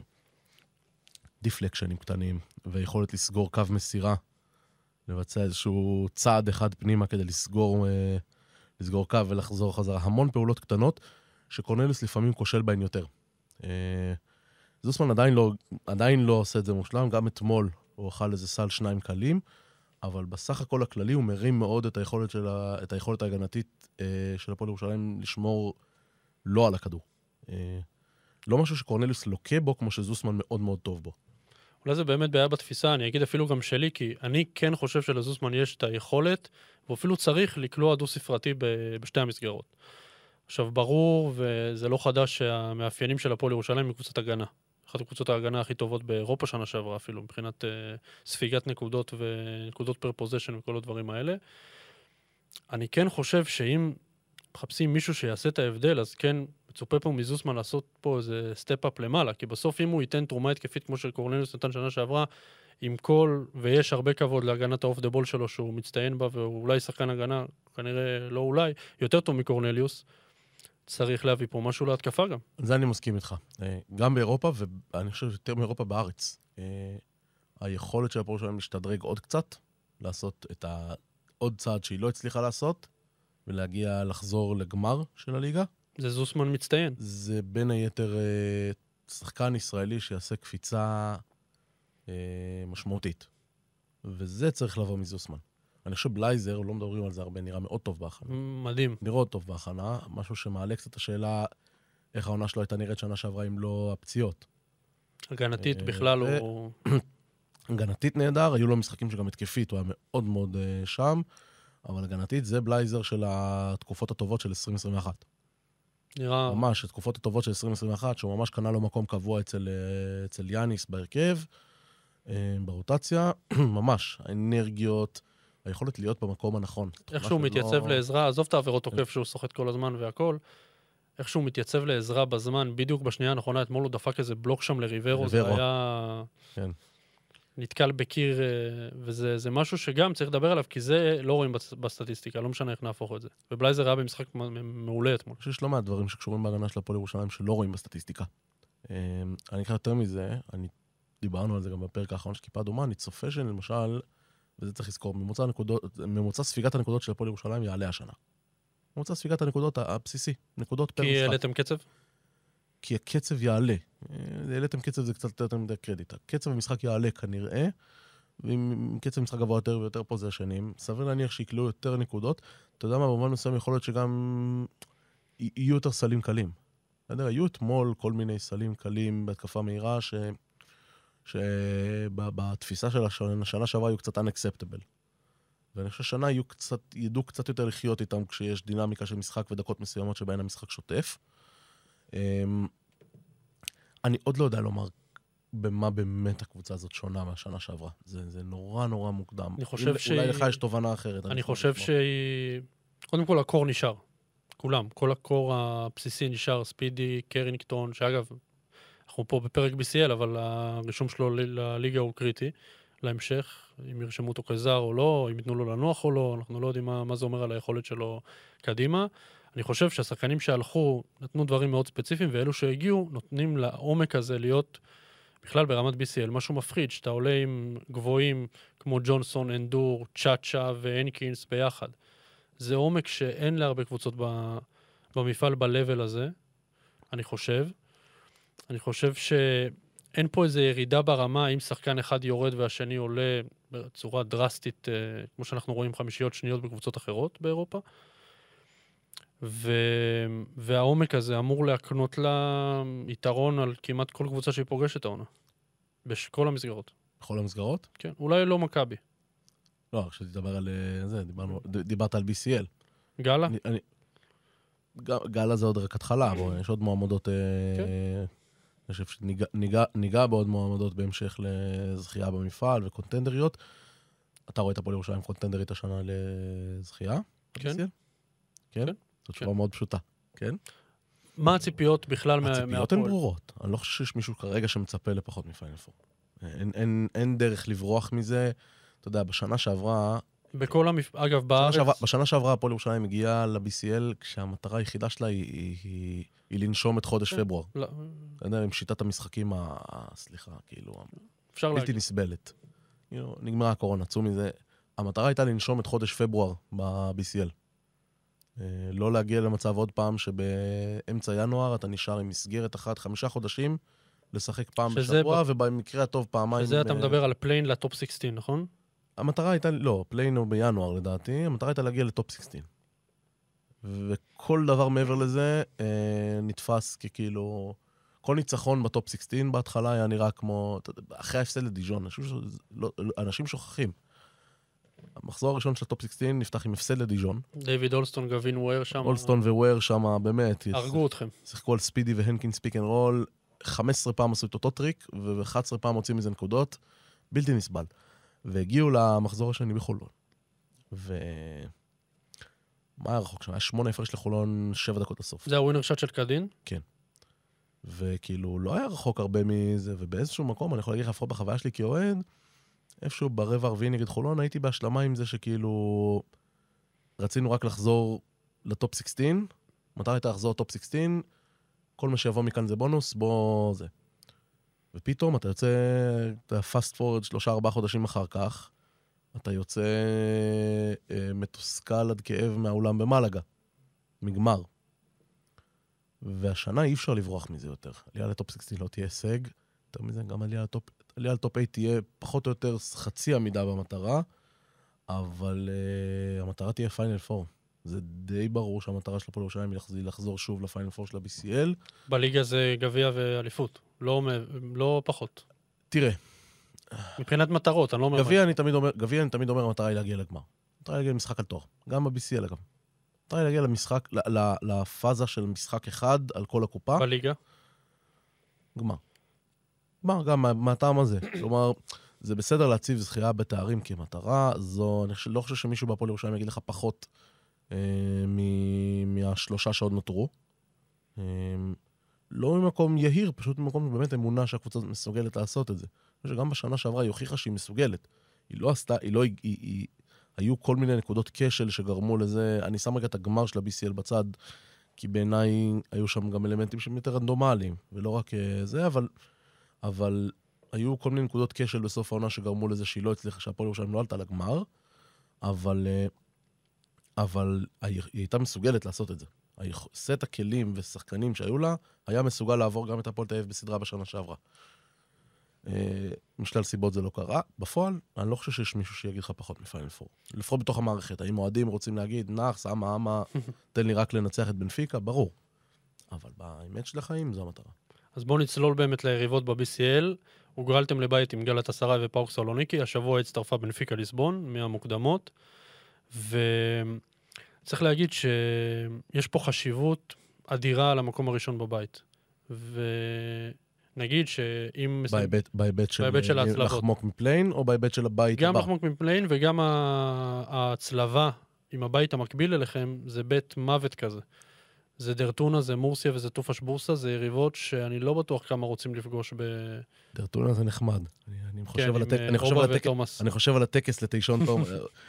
דיפלקשנים קטנים, ויכולת לסגור קו מסירה, לבצע איזשהו צעד אחד פנימה כדי לסגור, אה, לסגור קו ולחזור חזרה. המון פעולות קטנות, שקורנליוס לפעמים כושל בהן יותר. אה, זוסמן עדיין לא, עדיין לא עושה את זה מושלם, גם אתמול הוא אכל איזה סל שניים קלים, אבל בסך הכל הכללי הוא מרים מאוד את היכולת, של ה, את היכולת ההגנתית אה, של הפועל ירושלים לשמור לא על הכדור. אה, לא משהו שקורנליוס לוקה בו, כמו שזוסמן מאוד מאוד טוב בו. אולי זה באמת בעיה בתפיסה, אני אגיד אפילו גם שלי, כי אני כן חושב שלזוסמן יש את היכולת, ואפילו צריך לקלוע דו-ספרתי ב- בשתי המסגרות. עכשיו, ברור, וזה לא חדש שהמאפיינים של הפועל ירושלים היא קבוצת הגנה. אחת הקבוצות ההגנה הכי טובות באירופה שנה שעברה אפילו, מבחינת uh, ספיגת נקודות ונקודות פר פוזיישן וכל הדברים האלה. אני כן חושב שאם מחפשים מישהו שיעשה את ההבדל, אז כן מצופה פה מזוסמן לעשות פה איזה סטפ-אפ למעלה, כי בסוף אם הוא ייתן תרומה התקפית כמו שקורנליוס נתן שנה שעברה, עם כל, ויש הרבה כבוד להגנת האוף דה בול שלו שהוא מצטיין בה, והוא אולי שחקן הגנה, כנראה לא אולי, יותר טוב מקורנליוס, צריך להביא פה משהו להתקפה גם. על זה אני מסכים איתך. גם באירופה, ואני חושב יותר מאירופה בארץ, היכולת של הפועל ירושלים להשתדרג עוד קצת, לעשות את העוד צעד שהיא לא הצליחה לעשות, ולהגיע לחזור לגמר של הליגה. זה זוסמן מצטיין. זה בין היתר שחקן ישראלי שיעשה קפיצה משמעותית. וזה צריך לבוא מזוסמן. אני חושב בלייזר, לא מדברים על זה הרבה, נראה מאוד טוב בהכנה. מדהים. נראה עוד טוב בהכנה, משהו שמעלה קצת השאלה איך העונה שלו הייתה נראית שנה שעברה אם לא הפציעות. הגנתית בכלל הוא... הגנתית נהדר, היו לו משחקים שגם התקפית, הוא היה מאוד מאוד שם, אבל הגנתית זה בלייזר של התקופות הטובות של עשרים עשרים ואחת. נראה... ממש, התקופות הטובות של עשרים עשרים ואחת, שהוא ממש קנה לו מקום קבוע אצל, אצל יאניס בהרכב, ברוטציה, ממש, האנרגיות, היכולת להיות במקום הנכון. איך שהוא מתייצב לעזרה, עזוב את העבירות תוקף שהוא סוחט כל הזמן והכל, איך שהוא מתייצב לעזרה בזמן, בדיוק בשנייה הנכונה, אתמול הוא דפק איזה בלוק שם לריברו, זה היה... כן. נתקל בקיר, וזה משהו שגם צריך לדבר עליו, כי זה לא רואים בסטטיסטיקה, לא משנה איך נהפוך את זה. ובלייזר היה במשחק מעולה אתמול. אני חושב שיש לא מעט דברים שקשורים בהגנה של הפועל ירושלים שלא רואים בסטטיסטיקה. אני אקרא יותר מזה, אני דיברנו על זה גם בפרק האחרון של כיפה אדומה, אני צופה שלמשל, וזה צריך לזכור, ממוצע, הנקודות, ממוצע ספיגת הנקודות של הפועל ירושלים יעלה השנה. ממוצע ספיגת הנקודות הבסיסי, נקודות פר משחק. כי העליתם קצב? כי הקצב יעלה. העליתם קצב זה קצת יותר מדי קרדיט. הקצב המשחק יעלה כנראה, ועם קצב משחק גבוה יותר ויותר פה זה השנים, סביר להניח שיקלו יותר נקודות. אתה יודע מה, במובן מסוים יכול להיות שגם יהיו יותר סלים קלים. אתה יודע, היו אתמול כל מיני סלים קלים בהתקפה מהירה, ש... שבתפיסה של השנה, השנה שעברה היו קצת unacceptable. ואני חושב ששנה יהיו קצת, ידעו קצת יותר לחיות איתם כשיש דינמיקה של משחק ודקות מסוימות שבהן המשחק שוטף. אני עוד לא יודע לומר במה באמת הקבוצה הזאת שונה מהשנה שעברה. זה, זה נורא נורא מוקדם. אני חושב אם, שהיא... אולי לך יש תובנה אחרת. אני חושב שהיא... קודם כל, הקור נשאר. כולם. כל הקור הבסיסי נשאר. ספידי, קרינגטון, שאגב, אנחנו פה בפרק בי סי אל, אבל הרישום שלו לליגה הוא קריטי. להמשך, אם ירשמו אותו כזר או לא, אם ייתנו לו לנוח או לא, אנחנו לא יודעים מה, מה זה אומר על היכולת שלו קדימה. אני חושב שהשחקנים שהלכו נתנו דברים מאוד ספציפיים, ואלו שהגיעו נותנים לעומק הזה להיות בכלל ברמת בי סי אל, משהו מפחיד, שאתה עולה עם גבוהים כמו ג'ונסון, אנדור, צ'אצ'ה והנקינס ביחד. זה עומק שאין להרבה קבוצות במפעל ב-level הזה, אני חושב. אני חושב שאין פה איזו ירידה ברמה, אם שחקן אחד יורד והשני עולה בצורה דרסטית, כמו שאנחנו רואים חמישיות שניות בקבוצות אחרות באירופה. ו... והעומק הזה אמור להקנות לה יתרון על כמעט כל קבוצה שהיא פוגשת העונה. בכל המסגרות. בכל המסגרות? כן, אולי לא מכבי. לא, כשתדבר על זה, דיברנו, דיברת על בי סי אל. גאלה? אני, אני, גאלה זה עוד רק התחלה, בו, יש עוד מועמדות, כן. אה, אני חושב שניגע ניגע בעוד מועמדות בהמשך לזכייה במפעל וקונטנדריות. אתה רואה את הפועל ירושלים קונטנדרית השנה לזכייה? כן. כן? כן? זאת תשובה מאוד פשוטה, כן? מה הציפיות בכלל מהפועל? הציפיות הן ברורות. אני לא חושב שיש מישהו כרגע שמצפה לפחות מפיינל פור. אין, אין, אין דרך לברוח מזה. אתה יודע, בשנה שעברה... בכל המפ... אגב, בארץ... שעברה, בשנה שעברה הפועל ירושלים הגיעה ל-בי סי אל, כשהמטרה היחידה שלה היא, היא, היא, היא לנשום את חודש פברואר. לא. אתה יודע, עם שיטת המשחקים, ה... סליחה, כאילו, אפשר בלתי להגיד. נסבלת. כאילו, נגמרה הקורונה, צאו מזה. המטרה הייתה לנשום את חודש פברואר ב-בי סי אל. לא להגיע למצב עוד פעם שבאמצע ינואר אתה נשאר עם מסגרת אחת, חמישה חודשים, לשחק פעם בשבוע, ב... ובמקרה הטוב פעמיים... שזה ב... אתה מדבר על פליין לטופ שש עשרה, נכון? המטרה הייתה, לא, פליין הוא בינואר לדעתי, המטרה הייתה להגיע לטופ שש עשרה. וכל דבר מעבר לזה אה, נתפס ככאילו... כל ניצחון בטופ שש עשרה בהתחלה היה נראה כמו... אחרי ההפסד לדיז'ון, אנשים, לא, אנשים שוכחים. המחזור הראשון של הטופ שש עשרה נפתח עם הפסד לדיז'ון. דיוויד אולסטון, גווין וויר שם. אולסטון וויר שם, באמת. הרגו אתכם. שיחקו על ספידי והנקין ספיק אנד רול, חמש עשרה פעם עשו את אותו טריק, ו-אחת עשרה פעם הוצאים מזה נקודות, בלתי נסבל. והגיעו למחזור השני בחולון. ו... מה היה רחוק שם? היה שמונה הפרש לחולון, שבע דקות לסוף. זה הווינר שוט של קדין? כן. וכאילו, לא היה רחוק הרבה מזה, ובאיזשהו מקום, אני יכול להגיד לך, לפחות בחוויה שלי כאוהד, איפשהו ברבע הרביעי נגד חולון, הייתי בהשלמה עם זה שכאילו, רצינו רק לחזור לטופ שש עשרה, מטרה הייתה לחזור לטופ שש עשרה, כל מה שיבוא מכאן זה בונוס, בוא זה. ופתאום אתה יוצא, אתה פאסט פורד שלושה ארבעה חודשים אחר כך, אתה יוצא אה, מתוסכל עד כאב מהאולם במלגה, מגמר. והשנה אי אפשר לברוח מזה יותר. עלייה לטופ שש עשרה לא תהיה הישג, יותר מזה גם עלייה לטופ, עלייה לטופ שמונה תהיה פחות או יותר חצי עמידה במטרה, אבל uh, המטרה תהיה פיינל פור. זה די ברור שהמטרה של הפועל ירושלים היא לחזור שוב לפיינל פור של ה-בי סי אל. בליגה זה גביע ואליפות, לא, לא פחות. תראה. מבחינת מטרות, אני לא אומר... גביע אני תמיד אומר, גביע אני תמיד אומר, המטרה היא להגיע לגמר. המטרה היא להגיע למשחק על תואר. גם ב-בי סי אל אגב. המטרה היא להגיע למשחק, לפאזה של משחק אחד על כל הקופה. בליגה? גמר. גמר, גם מהטעם הזה. כלומר, זה בסדר להציב זכייה בתארים כמטרה, זו, אני לא חושב שמישהו בהפועל ירושלים יגיד לך פחות אה, מ- מהשלושה שעוד נותרו. אה, לא ממקום יהיר, פשוט ממקום באמת אמונה שהקבוצה מסוגלת לעשות את זה. אני חושב שגם בשנה שעברה היא הוכיחה שהיא מסוגלת. היא לא עשתה, היא לא, היא, היא, היא, היו כל מיני נקודות כשל שגרמו לזה, אני שם רגע את הגמר של ה-בי סי אל בצד, כי בעיניי היו שם גם אלמנטים שהם יותר רנדומליים, ולא רק זה, אבל... אבל היו כל מיני נקודות כשל בסוף העונה שגרמו לזה שהיא לא הצליחה, שהפועל ירושלים לא עלתה לגמר, אבל, אבל היא הייתה מסוגלת לעשות את זה. סט הכלים ושחקנים שהיו לה, היה מסוגל לעבור גם את הפועל תל אביב בסדרה בשנה שעברה. משלל סיבות זה לא קרה. בפועל, אני לא חושב שיש מישהו שיגיד לך פחות מפיינל פור. לפחות בתוך המערכת. האם מועדים רוצים להגיד, נחס, אמה, אמה, תן לי רק לנצח את בנפיקה? ברור. אבל באמת של החיים זו המטרה. אז בואו נצלול באמת ליריבות ב-בי סי אל. הוגרלתם לבית עם גלאטסראי ופאוק סלוניקי. השבוע הצטרפה בנפיקה ליסבון מהמוקדמות. וצריך להגיד שיש פה חשיבות אדירה על המקום הראשון בבית. נגיד שאם... בהיבט, בהיבט של, בהיבט של ההצלבות. לחמוק מפליין, או בהיבט של הבית גם הבא? לחמוק מפליין וגם ההצלבה עם הבית המקביל אליכם, זה בית מוות כזה. זה דרטונה, זה מורסיה וזה טופש בורסה, זה יריבות שאני לא בטוח כמה רוצים לפגוש ב... דרטונה זה נחמד. אני, אני חושב כן, על הטק... עם אני חושב אובה על הטק... ותומאס. אני חושב על הטקס לטישון תום.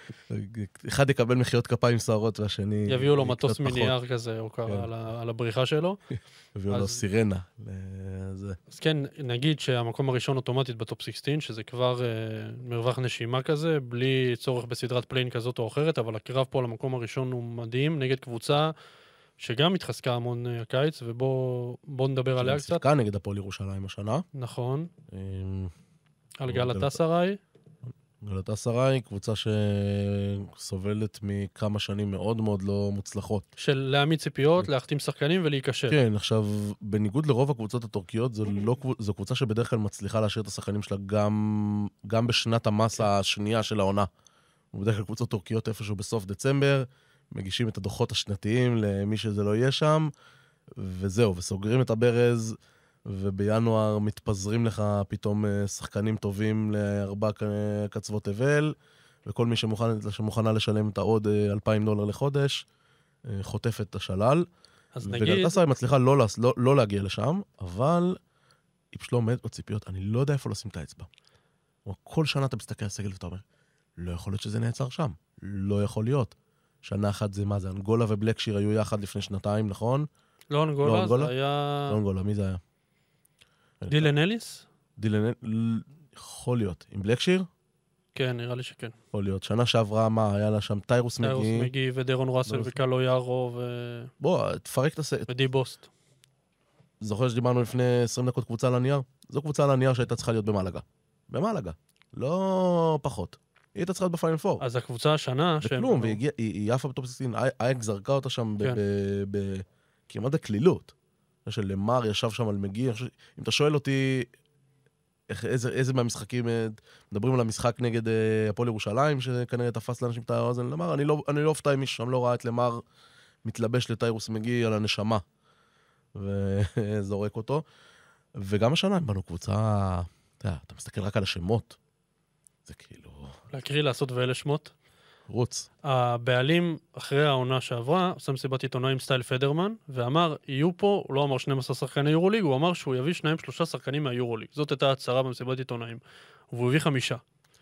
אחד יקבל מחיאות כפיים סערות והשני... יביאו לו קצת מטוס פחות. מנייר כזה, או כן. על, ה... על הבריחה שלו. יביאו לו אז- סירנה. זה... אז כן, נגיד שהמקום הראשון אוטומטית בטופ שש עשרה, שזה כבר אה, מרווח נשימה כזה, בלי צורך בסדרת פליין כזאת או אחרת, אבל הקרב פה על המקום הראשון הוא מדהים, נגד קבוצה שגם התחזקה המון אה, הקיץ, ובואו נדבר עליה קצת. שיחקה נגד הפועל ירושלים השנה. נכון, אמ, על גלת- גלאטסראי, גלאטסראי, קבוצה שסובלת מכמה שנים מאוד מאוד לא מוצלחות. של להעמיד ציפיות, להחתים שחקנים ולהיכשל. כן, עכשיו, בניגוד לרוב הקבוצות הטורקיות, זו, לא, קבוצ- זו קבוצה שבדרך כלל מצליחה להשאיר את השחקנים שלה גם, גם בשנת המס השנייה של העונה. בדרך כלל קבוצות טורקיות איפשהו בסוף דצמבר, מגישים את הדוחות השנתיים למי שזה לא יהיה שם, וזהו, וסוגרים את הברז, ובינואר מתפזרים לך פתאום אה, שחקנים טובים לארבע ק- קצוות תבל, וכל מי שמוכן, שמוכנה לשלם את העוד אה, אלפיים דולר לחודש, אה, חוטף את השלל. אז נגיד, וגלאטסראי מצליחה לא, לא, לא, לא להגיע לשם, אבל היא פשוט לא עומדת בציפיות, אני לא יודע איפה לשים את האצבע. כלומר, כל שנה אתה מסתכל על הסגל ואתה אומר, לא יכול להיות שזה נעצר שם, לא יכול להיות. שנה אחת זה מה זה, אנגולה ובלקשיר היו יחד לפני שנתיים, נכון? לא לא אנגולה, זה אנגולה? היה לא אנגולה, מי זה היה? דילן אליס? דילן, ל- יכול להיות. עם בלקשיר? כן, נראה לי שכן. יכול להיות. שנה שעברה, מה, היה לה שם טיירוס טיירוס מגי. מגי ודרון ראסל טיירוס- וקלו יארו ו- בוא, תפרק את הסרט. ודי בוסט. זוכר שדיברנו לפני עשרים דקות קבוצה על הנייר? זו קבוצה על הנייר שהייתה צריכה להיות במלגה. במלגה. לא פחות. היא הייתה צריכה להיות בפיינל פור. אז הקבוצה השנה... שהם וכלום, בנו- והיא הגיעה- היא היא עפה בטופ שישים, אייק זרקה אותה שם ב- כן. ב- ב- כמעט בקלילות. של למר ישב שם על מגי. אני חושב- אם אתה שואל אותי איך- איזה איזה מהמשחקים, אה, מדברים על המשחק נגד אה, הפועל ירושלים, שכנראה תפס לאנשים את האוזן למר, אני לא אני לא אופתע אם מישהו שם לא ראה את למר מתלבש לטיירוס מגי על הנשמה, וזורק אותו. וגם השנה הם בנו קבוצה, אתה יודע, אתה מסתכל רק על השמות, זה כאילו, להקריא, לעשות ואלה שמות. רוץ. הבעלים, אחרי העונה שעברה, עושה מסיבת עיתונאים סטייל פדרמן, ואמר, יהיו פה, הוא לא אמר שנים עשר שחקני יורוליג, הוא אמר שהוא יביא שניים שלושה שחקנים מהיורוליג. זאת הייתה הצהרה במסיבת עיתונאים. והוא הביא חמישה.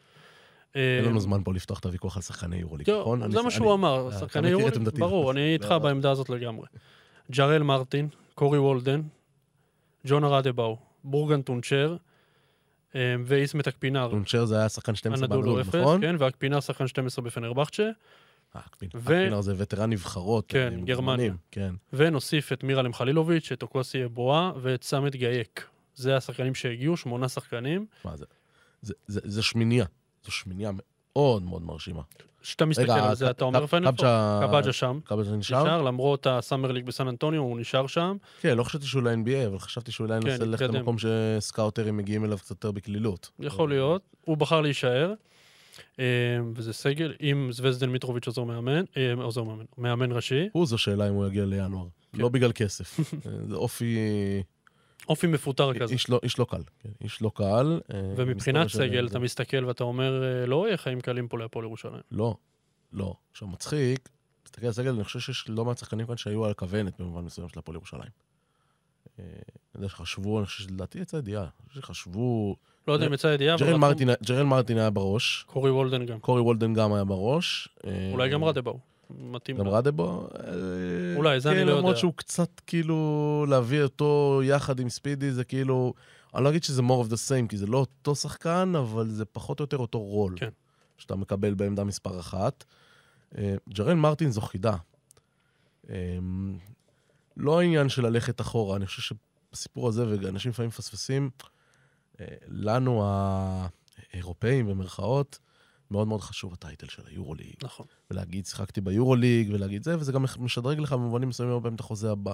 אין לנו זמן פה לפתוח את הוויכוח על שחקני יורוליג, טוב, נכון? זה אני- מה אני- שהוא אמר, אתה שחקני מכיר את יורוליג, עמדתי. ברור, אני איתך לא. בעמדה הזאת לגמרי. ג'רל מרטין, קורי וולדן, ג'ון ארדבאו, בורגן טונצ'ר, אה, ואיסמת אקפינר, טונצ'ר זה היה שחקן שתים עשרה אנדולו באנדולו, אפס, נכון? כן, ואקפינר שחקן שתים עשרה בפנרבחצ'ה, אה, אקפינר. ו- אקפינר זה וטרן נבחרות. כן, אה, גרמניה. מזמנים, כן. ונוסיף את מירלם חלילוביץ', את אוקוסי אבואה ואת סמת גייק. זה השחקנים שהגיעו, שמונה שחקנים. מה זה? זה- זה זה שמיניה. זו שמיניה מאוד מאוד מרשימה. כשאתה מסתכל על זה, אתה אומר פיינל פור. קבג'ה שם, קבג'ה נשאר? נשאר, למרות הסאמר ליג בסן אנטוניו, הוא נשאר שם. כן, לא חשבתי שהוא ל-אן בי איי, אבל חשבתי שהוא אולי כן, ינסה ללכת התקדם. למקום שסקאוטרים מגיעים אליו קצת יותר בקלילות. יכול להיות. הוא בחר להישאר, אה, וזה סגל, עם זווזדן מיטרוביץ' עוזר מאמן, אה, עוזר מאמן, מאמן ראשי. הוא זו שאלה אם הוא יגיע לינואר. כן. לא בגלל כסף. זה אופי... אופי מפוטר כזה. איש לא- איש לא קל. כן, איש לא קל. אה, ומבחינת מסתבר סגל, שזה- אתה מסתכל ואתה אומר, אה, לא יהיה חיים קלים פה להפועל ירושלים. לא, לא. עכשיו מצחיק, מסתכל על הסגל, אני חושב שיש לא מעט שחקנים כאן שהיו על הכוונת במובן מסוים של הפועל ירושלים. אה, אני יודע שחשבו, אני חושב שלדעתי יצא ידיעה, אני חושב שחשבו... לא יודע אם יצא ידיעה, אבל... ג'רל אנחנו- מרטין- ג'רל מרטין היה בראש, קורי וולדן גם. קורי וולדן גם היה בראש. אה, אולי גם רדבאו. מתאים. גם לו. רדבו? אה, אולי, זה אני לא כן, למרות יודע. שהוא קצת כאילו, להביא אותו יחד עם ספידי, זה כאילו... אני לא אגיד שזה more of the same, כי זה לא אותו שחקן, אבל זה פחות או יותר אותו רול. כן. שאתה מקבל בעמדה מספר אחת. אה, ג'רל מרטין זו חידה. אה, לא העניין של ללכת אחורה, אני חושב שבסיפור הזה, ואנשים לפעמים מפספסים, אה, לנו האירופאים במרכאות, מאוד מאוד חשוב הטייטל של היורוליג. נכון. ולהגיד, שיחקתי ביורוליג, ולהגיד זה, וזה גם משדרג לך במובנים מסוימים הרבה פעמים את החוזה הבא.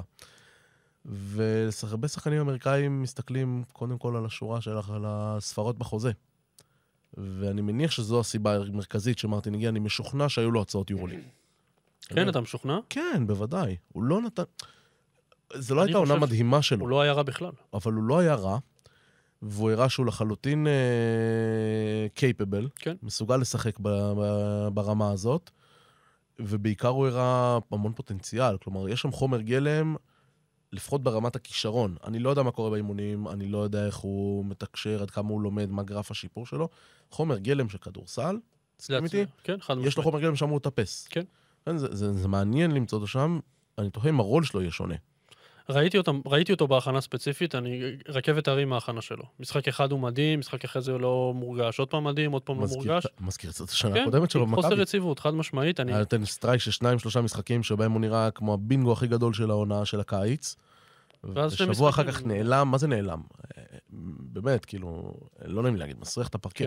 והרבה שחקנים אמריקאים מסתכלים קודם כל על השורה שלך, על הספרות בחוזה. ואני מניח שזו הסיבה המרכזית שמרטין הגיע, אני משוכנע שהיו לו הצעות יורוליג. כן, אתה משוכנע? כן, בוודאי. הוא לא נתן... זה לא אני הייתה עונה חושב מדהימה שלו, הוא לא היה רע בכלל. אבל הוא לא היה רע. והוא הראה שהוא לחלוטין קייפבל, כן. מסוגל לשחק ב, ב, ברמה הזאת, ובעיקר הוא הראה המון פוטנציאל, כלומר, יש שם חומר גלם, לפחות ברמת הכישרון. אני לא יודע מה קורה באימונים, אני לא יודע איך הוא מתקשר, עד כמה הוא לומד, מה גרף השיפור שלו. חומר גלם של כדורסל, סתם איתי? כן, חד יש לו חומר גלם שם הוא טפס. כן. זה, זה, זה מעניין למצוא אותו שם, אני תוהה אם הרול שלו יהיה שונה. ראיתי אותו, ראיתי אותו בהכנה ספציפית, אני רכבת הרים מההכנה שלו. משחק אחד הוא מדהים, משחק אחרי זה לא מורגש. עוד פעם מדהים, עוד פעם לא מורגש. מזכיר את השנה כן, הקודמת שלו במכבי. חוסר יציבות, חד משמעית. אני... היה נותן סטרייק של שניים, שלושה משחקים שבהם הוא נראה כמו הבינגו הכי גדול של העונה של הקיץ. ושבוע אחר כך נעלם, מה זה נעלם? באמת, כאילו, לא נעים להגיד, מסריח את הפרקט. כן.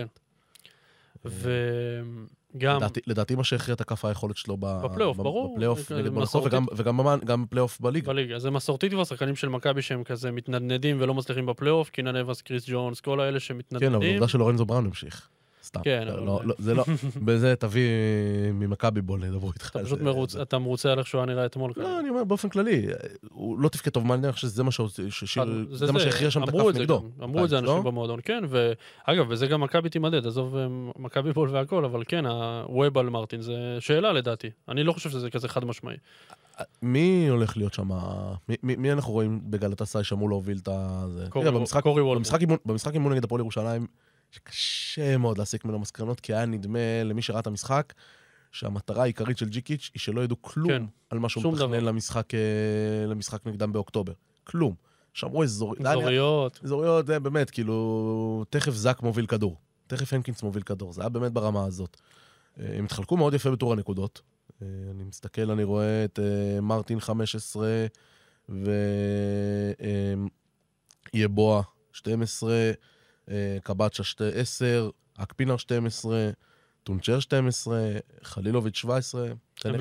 וגם... לדעתי, לדעתי מה שהכריע את הכף היכולת שלו בפלייאוף, ברור. בפלייאוף נגד מונקו, וגם בפלייאוף בליגה. בליגה. זה מסורתית כבר, שחקנים של מכבי שהם כזה מתנדנדים ולא מצליחים בפלייאוף, קינן אבנס, קריס ג'ונס, כל האלה שמתנדנדים. כן, אבל עובדה שלורנזו בראון המשיך. סתם. כן. זה לא, בזה תביא ממכבי בול, ידברו איתך. אתה פשוט מרוצה, אתה מרוצה על איך שהוא נראה אתמול. לא, אני אומר, באופן כללי, הוא לא תפקד טוב, מה אני חושב שזה מה שהכריע שם את הכף נגדו. אמרו את זה אנשים במועדון, כן, ואגב, וזה גם מכבי תימדד, עזוב מכבי בול והכל, אבל כן, הווב על מרטין, זה שאלה לדעתי. אני לא חושב שזה כזה חד משמעי. מי הולך להיות שם, מי אנחנו רואים בגלאטסראי שאמור להוביל את זה? קורי וולדן. במשחק אימון נגד הפועל ירושלים, שקשה מאוד להסיק ממנו מסקנות, כי היה נדמה למי שראה את המשחק, שהמטרה העיקרית של ג'יקיץ' היא שלא ידעו כלום כן, על מה שהוא מתכנן למשחק, למשחק נגדם באוקטובר. כלום. שמרו אזור... אזוריות. אזוריות, זה באמת, כאילו, תכף זק מוביל כדור. תכף הנקינס מוביל כדור. זה היה באמת ברמה הזאת. הם התחלקו מאוד יפה בתור הנקודות. אני מסתכל, אני רואה את מרטין חמש עשרה, ויבוע שתים עשרה, קבצ'ה עשר, אקפינר שתים עשרה, טונצ'ר שתים עשרה, חלילוביץ' שבע עשרה,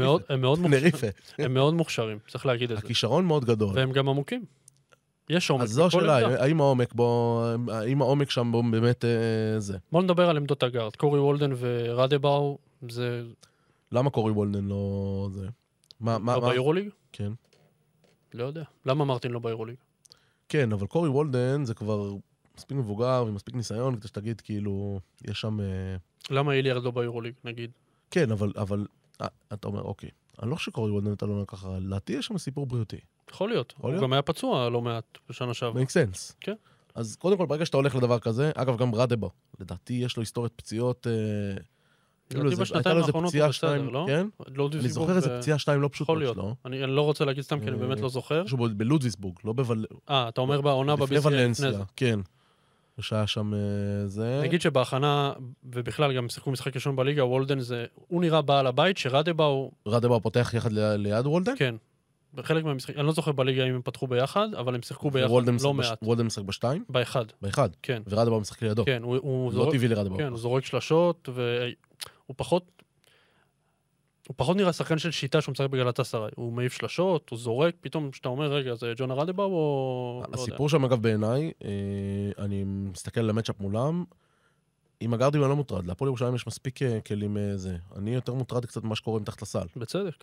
הם מאוד מוכשרים, צריך להגיד את זה. הכישרון מאוד גדול. והם גם עמוקים. יש עומק. אז זו השאלה, האם העומק בו, האם העומק שם בו באמת זה? בוא נדבר על עמדות הגארד. קורי וולדן ורדבאו, זה... למה קורי וולדן לא זה? לא ביורוליג? כן. לא יודע. למה מרטין לא ביורוליג? כן, אבל קורי וולדן זה כבר... מספיק מבוגר ומספיק ניסיון, כדי שתגיד, כאילו, יש שם... למה איליארד לא ביורוליג, נגיד? כן, אבל, אבל, אתה אומר, אוקיי, אני לא חושב שקורי וולדן אתה לא אומר ככה, לדעתי יש שם סיפור בריאותי. יכול להיות. הוא גם היה פצוע לא מעט בשנה שעברה. make sense. כן. אז קודם כל, ברגע שאתה הולך לדבר כזה, אגב, גם רדבאו, לדעתי יש לו היסטוריית פציעות... לדעתי בשנתיים האחרונות הוא בסדר, לא? כן? אני זוכר איזה פציעה שתיים לא פשוטות שלו. אני לא רוצה להגיד סתם, כי אני באמת לא זוכר. משהו בלודוויסבורג, לא בוול... אה, אתה אומר בעונה בביסיה. כן. שהיה שם זה... נגיד שבהכנה, ובכלל גם שיחקו משחק ראשון בליגה, וולדן זה... הוא נראה בעל הבית, שרדבאו... רדבאו פותח יחד ליד וולדן? כן. בחלק מהמשחק... אני לא זוכר בליגה אם הם פתחו ביחד, אבל הם שיחקו ביחד לא מעט. וולדן משחק בשתיים? באחד. באחד? כן. ורדבאו משחק לידו? כן. הוא לא טבעי לרדבאו. כן, הוא זורק שלשות, והוא פחות... הוא פחות נראה שחקן של שיטה שהוא משחק בגלאטסראי. הוא מעיף שלשות, הוא זורק, פתאום שאתה אומר, רגע, זה ג'ונה רדבאו או... הסיפור שם, אגב, בעיניי, אני מסתכל על המצ'אפ מולם, עם הגארדים אני לא מוטרד. להפועל ירושלים יש מספיק כלים זה. אני יותר מוטרד קצת ממה שקורה מתחת לסל. בצדק.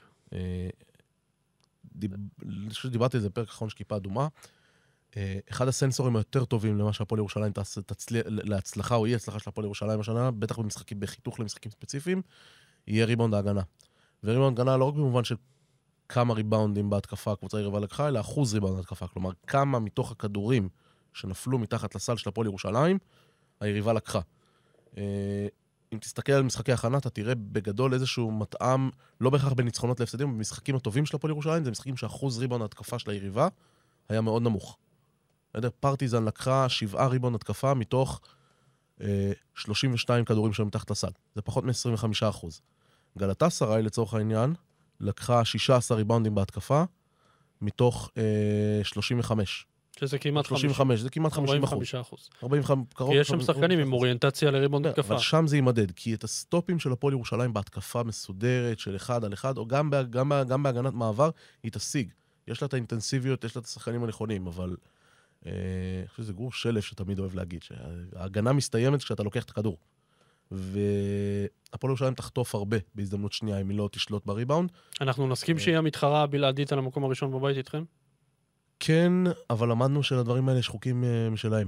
דיברתי על זה פרק אחרון שכיפה אדומה. אחד הסנסורים היותר טובים למה שהפועל ירושלים להצלחה או אי הצלחה של הפועל ירושלים השנה, בטח במשחקים, בחיתוך למשחקים ספציפיים, יהיה ריבאונד ההגנה. וריבאונד ההגנה לא רק במובן של כמה ריבאונדים בהתקפה הקבוצה יריבה לקחה, אלא אחוז ריבאונד ההתקפה. כלומר, כמה מתוך הכדורים שנפלו מתחת לסל של הפועל ירושלים, היריבה לקחה. אם תסתכל על משחקי הכנה, אתה תראה בגדול איזשהו מטעם, לא בהכרח בניצחונות להפסדים, במשחקים הטובים של הפועל ירושלים, זה משחקים שאחוז ריבאונד ההתקפה של היריבה היה מאוד נמוך. פרטיזן לקחה שבעה ריבאונד התקפה מתוך שלושים ושתיים כדורים שהם מתחת לסל. זה פחות מ-עשרים וחמישה אחוז. גלאטסראי, לצורך העניין, לקחה שישה עשר ריבאונדים בהתקפה, מתוך שלושים וחמש. שזה כמעט שלושים וחמש, זה כמעט חמישים אחוז. ארבעים וחמישה אחוז. ארבעים וחמש, קרוב. כי יש שם שחקנים עם אוריינטציה לריבאונד התקפה. אבל שם זה יימדד, כי את הסטופים של הפועל ירושלים בהתקפה מסודרת של אחד על אחד, או גם, גם, גם בהגנת מעבר, היא תשיג. יש לה את האינטנסיביות, יש לה את השחקנים הנכונים, אבל אני חושב שזה גור שלף שתמיד אוהב להגיד, שההגנה מסתיימת כשאתה לוקח את הכדור. והפועל ירושלים תחטוף הרבה בהזדמנות שנייה, אם היא לא תשלוט בריבאונד. אנחנו נסכים שהיא המתחרה הבלעדית על המקום הראשון בבית איתכם? כן, אבל למדנו שלדברים האלה יש חוקים משלהם.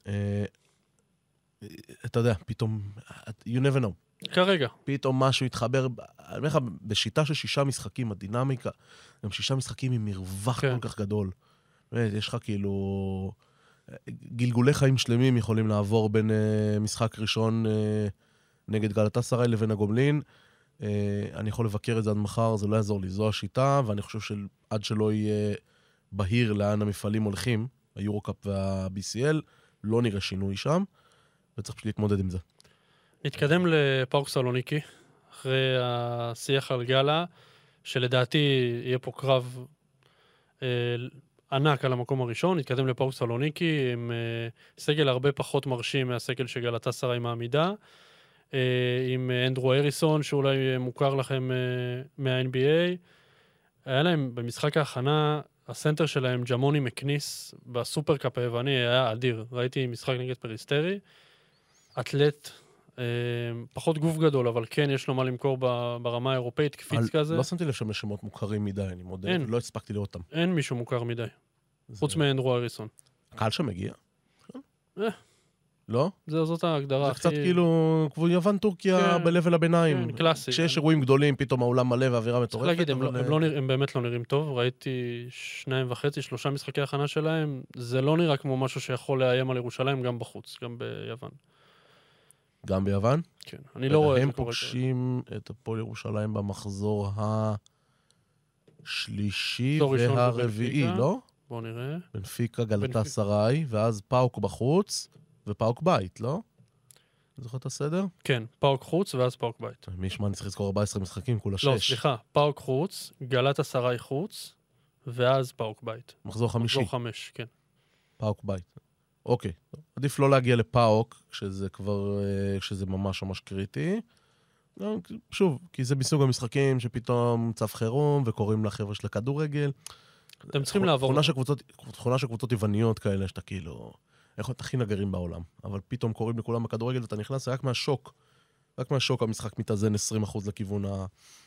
אה, אתה יודע, פתאום, you never know. כרגע. פתאום משהו יתחבר, אני אומר לך, בשיטה של שישה משחקים, הדינמיקה, גם שישה משחקים עם מרווח כן. כל כך גדול. באמת, יש לך כאילו... גלגולי חיים שלמים יכולים לעבור בין uh, משחק ראשון uh, נגד גלאטסראי לבין הגומלין. Uh, אני יכול לבקר את זה עד מחר, זה לא יעזור לי, זו השיטה, ואני חושב שעד שלא יהיה בהיר לאן המפעלים הולכים, היורוקאפ וה-בי סי אל, לא נראה שינוי שם, וצריך פשוט להתמודד עם זה. נתקדם לפאוק סלוניקי, אחרי השיח על גלה, שלדעתי יהיה פה קרב אה, ענק על המקום הראשון, נתקדם לפאוק סלוניקי, עם אה, סגל הרבה פחות מרשים מהסגל שגלאטסראי מעמידה, אה, עם אנדרו אריסון, שאולי מוכר לכם אה, מה-אן בי איי. היה להם במשחק ההכנה, הסנטר שלהם, ג'מוני מקניס, בסופרקאפ היווני, היה אדיר. ראיתי משחק נגד פריסטרי, אתלט, אה, פחות גוף גדול, אבל כן יש לו מה למכור ברמה האירופאית, קפיץ על, כזה. לא שמתי לב שם שמות מוכרים מדי, אני מודה, אין. לא הספקתי לראות אותם. אין מישהו מוכר מדי, זה... חוץ מאנדרו אריסון. הקהל שם מגיע? אה. לא? זה, זאת ההגדרה זה הכי... קצת כאילו, כמו יוון טורקיה כן, בלבל הביניים. כן, קלאסי. כשיש אירועים גדולים, פתאום האולם מלא והאווירה מטורפת. צריך להגיד, הם, אבל... לא, הם, לא נרא, הם באמת לא נראים טוב. ראיתי שניים וחצי, שלושה משחקי הכנה שלהם. זה לא נראה כמו משהו שיכול לאיים על ירושלים גם בחוץ, גם ביוון. גם ביוון? כן, אני לא רואה... הם פוגשים את הפועל ירושלים במחזור השלישי והרביעי, לא? בואו נראה. בנפיקה גלאטסראי, ואז פאוק בחוץ, ופאוק בית, לא? זוכר את הסדר? כן, פאוק חוץ ואז פאוק בית. מי ישמע, אני צריך לזכור ארבע עשרה משחקים, כולה שש. לא, סליחה, פאוק חוץ, גלאטסראי חוץ, ואז פאוק בית. מחזור חמישי. מחזור חמש, כן. פאוק בית. אוקיי. עדיף לא להגיע לפאוק, כשזה כבר, כשזה ממש ממש קריטי. שוב, כי זה מסוג המשחקים שפתאום צו חירום, וקוראים לחבר'ה של הכדורגל. אתם צריכים לעבור. תכונה של קבוצות, תכונה של קבוצות יווניות כאלה, שאתה כאילו, איך להיות הכי נגרים בעולם. אבל פתאום קוראים לכולם בכדורגל, ואתה נכנס רק מהשוק. רק מהשוק המשחק מתאזן עשרים אחוז לכיוון ה...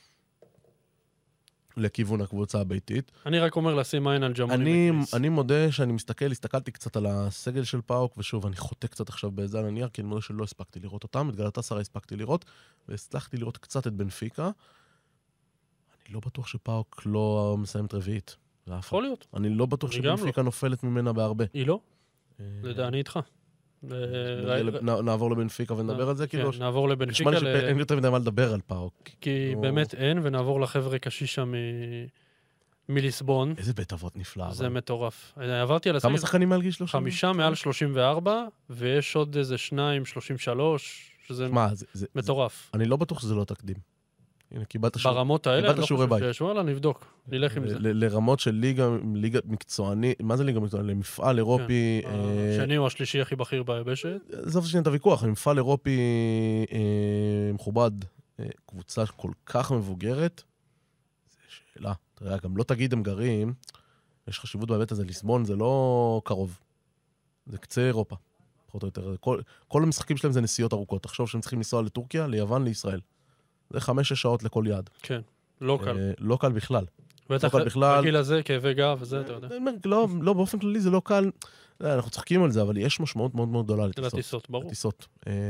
לכיוון הקבוצה הביתית. אני רק אומר לשים עין על ג'מוני אני, מקניס. אני מודה שאני מסתכל, הסתכלתי קצת על הסגל של פאוק, ושוב, אני חוטא קצת עכשיו בזן הנייר, כי אני מודה שלא הספקתי לראות אותם, את גלאטסראי הספקתי לראות, והצלחתי לראות קצת את בנפיקה. אני לא בטוח שפאוק לא מסיימת רביעית. יכול להיות. אני לא בטוח שבנפיקה נופלת ממנה בהרבה. היא לא? לדע, אני איתך. נעבור לבנפיקה ונדבר על זה, כאילו... כן, נעבור לבנפיקה. נשמע לי שאין יותר מדי מה לדבר על פאוק. כי באמת אין, ונעבור לחבר'ה קשישה מליסבון. איזה בית אבות נפלא. זה מטורף. עברתי על הסגל... כמה שחקנים מעל גיל שלושים? חמישה מעל שלושים וארבע, ויש עוד איזה שניים, שלושים ושלוש, שזה מטורף. אני לא בטוח שזה לא תקדים. הנה, קיבלת שיעורי בית. ברמות האלה, אני לא חושב שיש. וואלה, נבדוק. נלך עם זה. לרמות של ליגה מקצוענית, מה זה ליגה מקצוענית? למפעל אירופי... השני או השלישי הכי בכיר ביבשת. זה שנייה את הוויכוח, מפעל אירופי מכובד, קבוצה כל כך מבוגרת, זו שאלה. תראה, גם לא תגיד הם גרים, יש חשיבות בהיבט הזה, ליסבון זה לא קרוב. זה קצה אירופה. פחות או יותר. כל המשחקים שלהם זה נסיעות ארוכות. תחשוב שהם צריכים לנסוע לטורקיה, ליוון, לישראל. זה חמש-שש שעות לכל יעד. כן, לא קל. לא קל בכלל. בטח, בגיל הזה, כאבי גב וזה, אתה יודע. לא, באופן כללי זה לא קל. אנחנו צוחקים על זה, אבל יש משמעות מאוד מאוד גדולה לטיסות. לטיסות, ברור. לטיסות.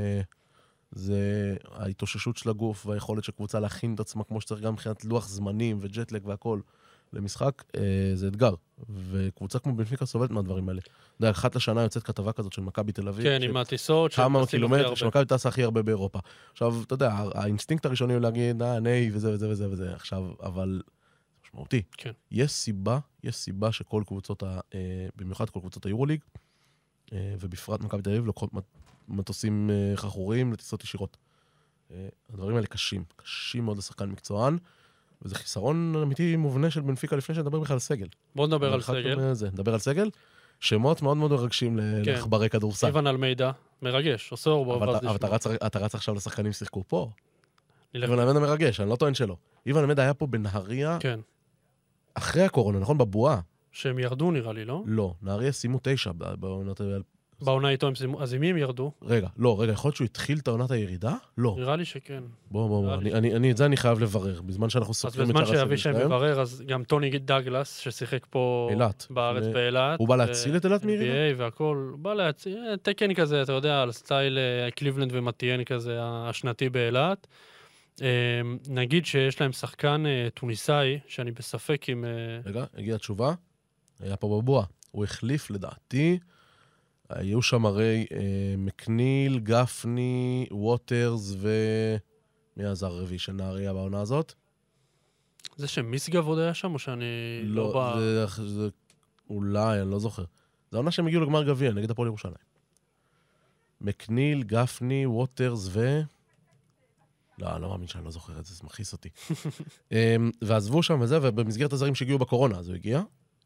זה ההתאוששות של הגוף והיכולת של קבוצה להכין את עצמה כמו שצריך גם מבחינת לוח זמנים וג'טלג והכל למשחק, זה אתגר. וקבוצה כמו בנפיקה סובלת מהדברים האלה. אתה יודע, אחת לשנה יוצאת כתבה כזאת של מכבי תל אביב. כן, עם הטיסות. כמה קילומטר, שמכבי טסה הכי הרבה באירופה. עכשיו, אתה יודע, האינסטינקט הראשוני הוא להגיד, אה, ניי, וזה וזה וזה וזה. עכשיו, אבל משמעותי. כן. יש סיבה, יש סיבה שכל קבוצות, במיוחד כל קבוצות היורוליג, ובפרט מכבי תל אביב, לוקחות מטוסים חכורים לטיסות ישירות. הדברים האלה קשים, קשים מאוד לשחקן מקצוען, וזה חיסרון אמיתי מובנה של בנפיקה לפני שנדבר בכלל על סגל. בוא נדבר על סגל. נדבר על סגל. שמות מאוד מאוד מרגשים לעכברי כדורסל. איוון אלמידה, מרגש, עושה אור אבל אתה רץ עכשיו לשחקנים שיחקו פה. איוון אלמידה מרגש, אני לא טוען שלא. איוון אלמידה היה פה בנהריה, אחרי הקורונה, נכון? בבועה. שהם ירדו נראה לי, לא? לא, נהריה שימו תשע, בעונה איתו, אז עם מי הם ירדו? רגע, לא, רגע, יכול להיות שהוא התחיל את העונת הירידה? לא. נראה לי שכן. בוא, בוא, בוא, אני, אני, אני, את זה אני חייב לברר, בזמן שאנחנו סופרים את אז בזמן שאבישי מברר, אז גם טוני דאגלס, ששיחק פה אילת. בארץ באילת. הוא בא להציל את אילת מירידה? אן בי איי והכל, הוא בא להציל, תקן כזה, אתה יודע, על סטייל קליבלנד ומטיין כזה, השנתי באילת. נגיד שיש להם שחקן טוניסאי, שאני בספק עם... רגע, הגיעה תשובה. היה פה בבוע. הוא החליף, לדעתי, היו שם הרי מקניל, גפני, ווטרס ו... מי הזר הרביעי של נהריה בעונה הזאת? זה שמיסגב עוד היה שם, או שאני לא, לא בא... זה, זה... אולי, אני לא זוכר. זה העונה שהם הגיעו לגמר גביע, נגד הפועל ירושלים. מקניל, גפני, ווטרס ו... לא, אני לא מאמין שאני לא זוכר את זה, זה מכעיס אותי. ועזבו שם וזה, ובמסגרת הזרים שהגיעו בקורונה, אז הוא הגיע.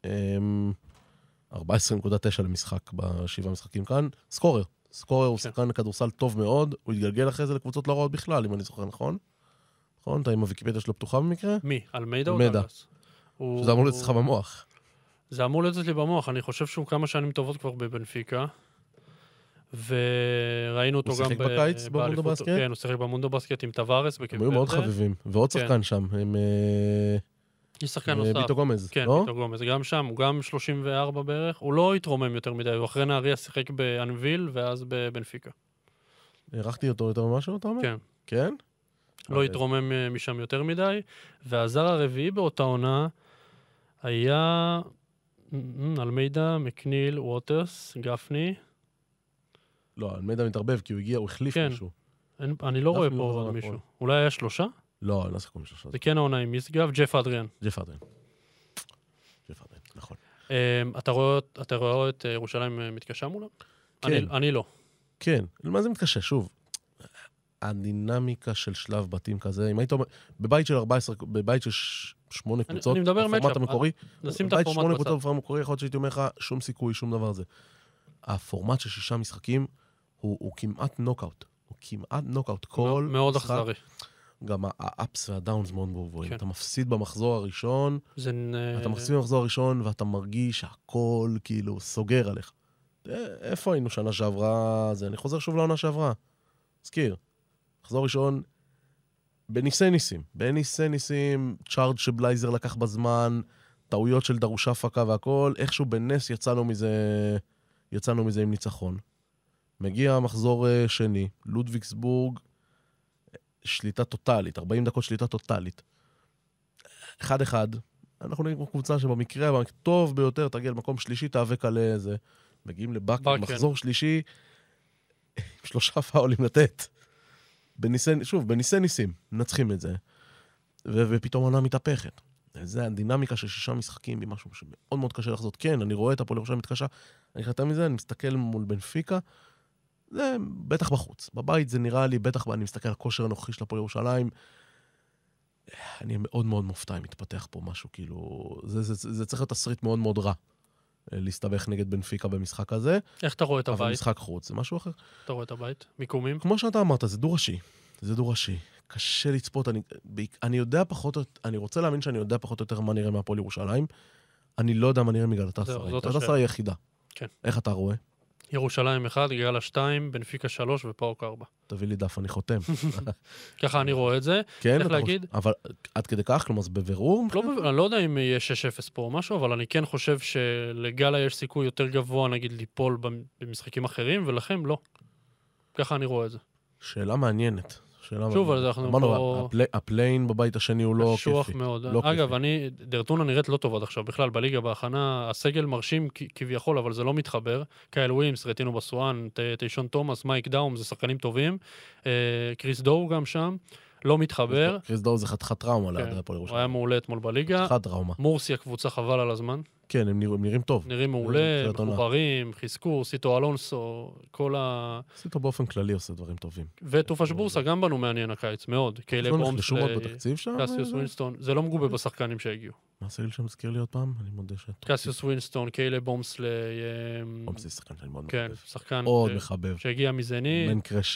ארבע עשרה נקודה תשע למשחק בשבעה משחקים כאן. סקורר. סקורר הוא שחקן כדורסל טוב מאוד, הוא התגלגל אחרי זה לקבוצות לא רעות בכלל, אם אני זוכר נכון. נכון? אתה עם הוויקיפדיה שלו פתוחה במקרה? מי? אלמיידה או אלמיידה. דאגלס? שזה אמור להיות אצלך במוח. זה אמור להיות אצלי במוח, אני חושב שהוא כמה שנים טובות כבר בבנפיקה. וראינו אותו גם... הוא שיחק בקיץ במונדו בסקט? כן, הוא שיחק במונדו בסקט עם טווארס. הם היו מאוד חביבים. ועוד שחקן שם, הם... יש שחקן נוסף. ביטו גומז, כן, לא? ביטו גומז. גם שם, הוא גם שלושים וארבע בערך. הוא לא התרומם יותר מדי, הוא אחרי נהריה שיחק באנביל ואז בבנפיקה. הערכתי אותו יותר ממשהו, אתה אומר? כן. כן? לא התרומם משם יותר מדי. והזר הרביעי באותה עונה היה אלמיידה, מקניל, ווטרס, גפני. לא, אלמיידה מתערבב, כי הוא הגיע, הוא החליף כן. מישהו. אין, אני לא רואה פה עוד מישהו. אולי היה שלושה? לא, אני לא סיכום שלושה. זה כן העונה עם מיסגב, ג'ף אדריאן. ג'ף אדריאן. ג'ף אדריאן, נכון. אתה רואה, אתה רואה את ירושלים מתקשה מולה? כן. אני, אני לא. כן. למה זה מתקשה? שוב, הדינמיקה של שלב בתים כזה, אם היית אומר, בבית של ארבע עשרה, בבית של שמונה קבוצות, אני מדבר הפורמט המקורי, נשים את בבית הפורמט שמונה בצד. קבוצות בפורמט המקורי, יכול להיות שהייתי אומר לך, שום סיכוי, שום דבר זה. הפורמט של שישה משחקים, הוא, הוא כמעט נוקאוט. הוא כמעט נוקאוט. כל מאוד משחק, אכזרי. גם האפס והדאונס מאוד גבוהים. כן. אתה מפסיד במחזור הראשון, זה... אתה מפסיד במחזור הראשון, ואתה מרגיש שהכל כאילו סוגר עליך. איפה היינו שנה שעברה? זה, אני חוזר שוב לעונה שעברה. זכיר. מחזור ראשון, בניסי ניסים. בניסי ניסים, צ'ארד שבלייזר לקח בזמן, טעויות של דרושה פקה והכל, איכשהו בנס יצאנו מזה, יצאנו מזה עם ניצחון. מגיע מחזור שני, לודוויגסבורג, שליטה טוטלית, ארבעים דקות שליטה טוטלית. אחד אחד, אנחנו נראים כמו קבוצה שבמקרה, טוב ביותר, תגיע למקום שלישי, תאבק על זה. מגיעים לבאקר, מחזור שלישי, שלושה פאולים לתת. בניסי, שוב, בניסי ניסים, נצחים את זה. ו- ופתאום עונה מתהפכת. זה הדינמיקה של שישה משחקים, במשהו שמאוד מאוד קשה לחזות. כן, אני רואה את הפועל ירושלים מתקשה, אני חתם מזה, אני מסתכל מול בנפיקה, זה בטח בחוץ. בבית זה נראה לי, בטח, אני מסתכל על הכושר הנוכחי של הפועל ירושלים, אני מאוד מאוד מופתע אם מתפתח פה משהו, כאילו, זה, זה, זה, זה צריך להיות תסריט מאוד מאוד רע, להסתבך נגד בנפיקה במשחק הזה. איך אתה רואה את הבית? אבל משחק חוץ, זה משהו אחר. אתה רואה את הבית? מיקומים? כמו שאתה אמרת, זה דו-ראשי. זה דו-ראשי. קשה לצפות, אני, אני יודע פחות, אני רוצה להאמין שאני יודע פחות או יותר מה נראה מהפועל ירושלים, אני לא יודע מה נראה מגלאטסראי. גלאטסראי היא יחידה. כן. איך אתה רואה? ירושלים אחד, גאלה שתיים, בנפיקה שלוש ופאוק ארבע. תביא לי דף, אני חותם. ככה אני רואה את זה. כן, צריך להגיד... אבל עד כדי כך, כלומר, זה בבירור? לא, אני לא יודע אם יהיה שש אפס פה או משהו, אבל אני כן חושב שלגאלה יש סיכוי יותר גבוה, נגיד, ליפול במשחקים אחרים, ולכם לא. ככה אני רואה את זה. שאלה מעניינת. שוב, אז אנחנו פה... הפליין בבית השני הוא לא קשוח מאוד. אגב, אני, דרטונה נראית לא טוב עד עכשיו. בכלל, בליגה בהכנה, הסגל מרשים כביכול, אבל זה לא מתחבר. קייל ווימס, רטינו בסואן, טיישון תומאס, מייק דאום, זה שחקנים טובים. קריס דואו גם שם. לא מתחבר. קריס דואו זה חתיכת טראומה ליד הפועל ירושלים. הוא היה מעולה אתמול בליגה. חתיכת טראומה. מורסיה קבוצה חבל על הזמן. כן, הם נראים טוב. נראים מעולה, מחוברים, חיזקו, סיטו אלונסו, כל ה... סיטו באופן כללי עושה דברים טובים. וטופש בורסה גם בנו מעניין הקיץ, מאוד. קיילה בומס, קסיוס ווינסטון, זה לא מגובה בשחקנים שהגיעו. מה הסגל שם מזכיר לי עוד פעם? אני מודה ש... קסיוס ווינסטון, קיילה בומס ל... בומס זה שחקן שאני מאוד מחבב. כן, שחקן... מאוד מחבב. שהגיע מזני. מנקרש...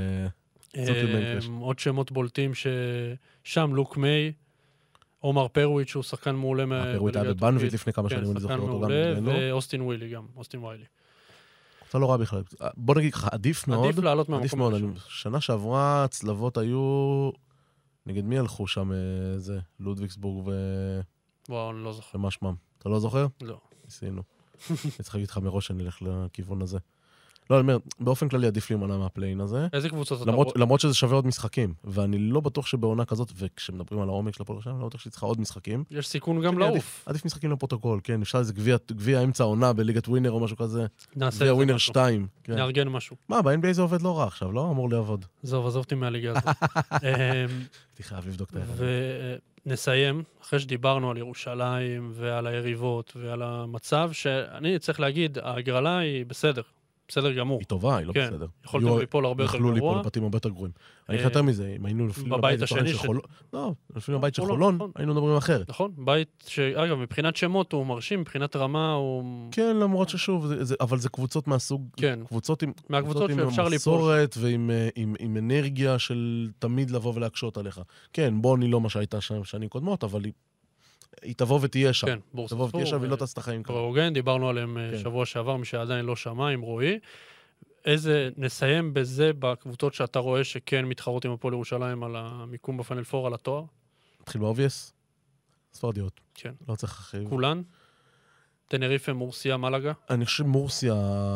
עוד שמות בולטים ששם לוק מיי, עומר פרוויץ' שהוא שחקן מעולה. פרוויץ' היה בבנוויט לפני כמה שנים, אני זוכר אותו גם. ואוסטין ווילי גם, אוסטין ווילי. קבוצה לא רעה בכלל. בוא נגיד לך, עדיף מאוד. עדיף לעלות עדיף מהמקום מאוד. הראשון. שנה שעברה הצלבות היו... נגד מי הלכו שם זה? לודוויגסבורג ו... וואו, אני לא זוכר. ומה שמם? אתה לא זוכר? לא. ניסינו. אני צריך להגיד לך מראש שאני אלך לכיוון הזה. לא, אני אומר, באופן כללי עדיף להימנע מהפליין הזה. איזה קבוצות אתה למרות, רואה? למרות שזה שווה עוד משחקים, ואני לא בטוח שבעונה כזאת, וכשמדברים על העומק של הפועל ירושלים, אני לא בטוח שהיא צריכה עוד משחקים. יש סיכון גם כן, לעוף. עדיף, עדיף משחקים לפרוטוקול, כן, אפשר איזה גביע, גביע אמצע העונה בליגת ווינר או משהו כזה. נעשה גביע איזה ווינר משהו. שתיים. כן. נארגן משהו. מה, ב-אן בי איי זה עובד לא רע עכשיו, לא? אמור לעבוד. זהו, עזוב אותי מהליגה הזאת. אמ, הייתי חייב לבדוק את הערב. ונסיים, אחרי שדיברנו על ירושלים ועל היריבות ועל המצב, שאני צריך להגיד, ההגרלה היא בסדר. בסדר גמור. היא טובה, היא לא כן, בסדר. יכולתם יהיו- ליפול הרבה יותר יכלו ליפול גרוע. לבתים הרבה יותר גרועים. אני אה, אגיד לך יותר מזה, אם היינו לפנים בבית בבית השני של של- חולון, לא, לפנים בבית של חולון, חולון, נכון. היינו מדברים אחרת. נכון, בית שאגב, מבחינת שמות הוא מרשים, מבחינת רמה הוא... כן, למרות ששוב, זה- זה- אבל זה קבוצות מהסוג, כן, קבוצות עם מהקבוצות קבוצות עם שאפשר ליפול. מסורת ועם אה, עם- עם אנרגיה של תמיד לבוא ולהקשות עליך. כן, בוני לא מה שהייתה שם שנים קודמות, אבל היא- היא תבוא ותהיה שם. כן, בורסה תבוא ותהיה שם ספור, והיא לא תעשה את החיים ככה. הוגן, דיברנו עליהם אה, כן. שבוע שעבר, מי שעדיין לא שמע, עם רועי. איזה, נסיים בזה בקבוצות שאתה רואה שכן מתחרות עם הפועל ירושלים על המיקום בפאנל פור, על התואר? נתחיל באובייס, ספרדיות. כן. לא צריך להרחיב. כולן? טנריפה, מורסיה, מלאגה? אני חושב מורסיה,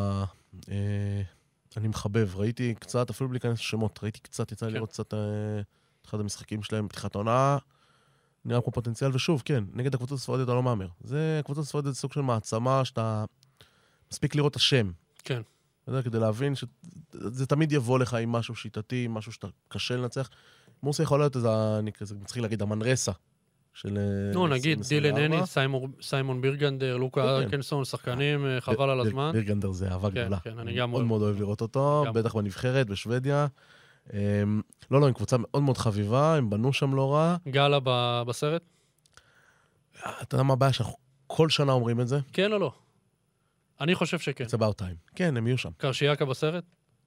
אה, אני מחבב. ראיתי קצת, אפילו בלי להיכנס לשמות, ראיתי קצת, יצא לי כן. לראות קצת אה, את אחד המשחקים שלהם בפתיחת העונה. נראה כמו פוטנציאל, ושוב, כן, נגד הקבוצות הספרדיות אתה לא מאמר. זה, קבוצות הספרדיות זה סוג של מעצמה שאתה מספיק לראות את השם. כן. אתה יודע, כדי להבין שזה תמיד יבוא לך עם משהו שיטתי, משהו שאתה קשה לנצח. מורסיה יכול להיות איזה, אני כזה מצחיק להגיד, המנרסה של... אה, נו, נגיד, עשרים דילן עשרים וארבע. הני, סיימון- סיימון בירגנדר, לוקה כן. ארקנסון, שחקנים, אה, חבל על ביר- הזמן. בירגנדר זה אהבה כן, גדולה. כן, אני גם מאוד אוהב. מאוד אוהב לראות אותו, גם. בטח בנבחרת, בשוודיה. אמ, לא, לא, עם קבוצה מאוד מאוד חביבה, הם בנו שם לא רע. גאלה ב- בסרט? אתה יודע מה הבעיה? שאנחנו כל שנה אומרים את זה? כן או לא? אני חושב שכן. It's about time. כן, הם יהיו שם. קרשיאקה בסרט?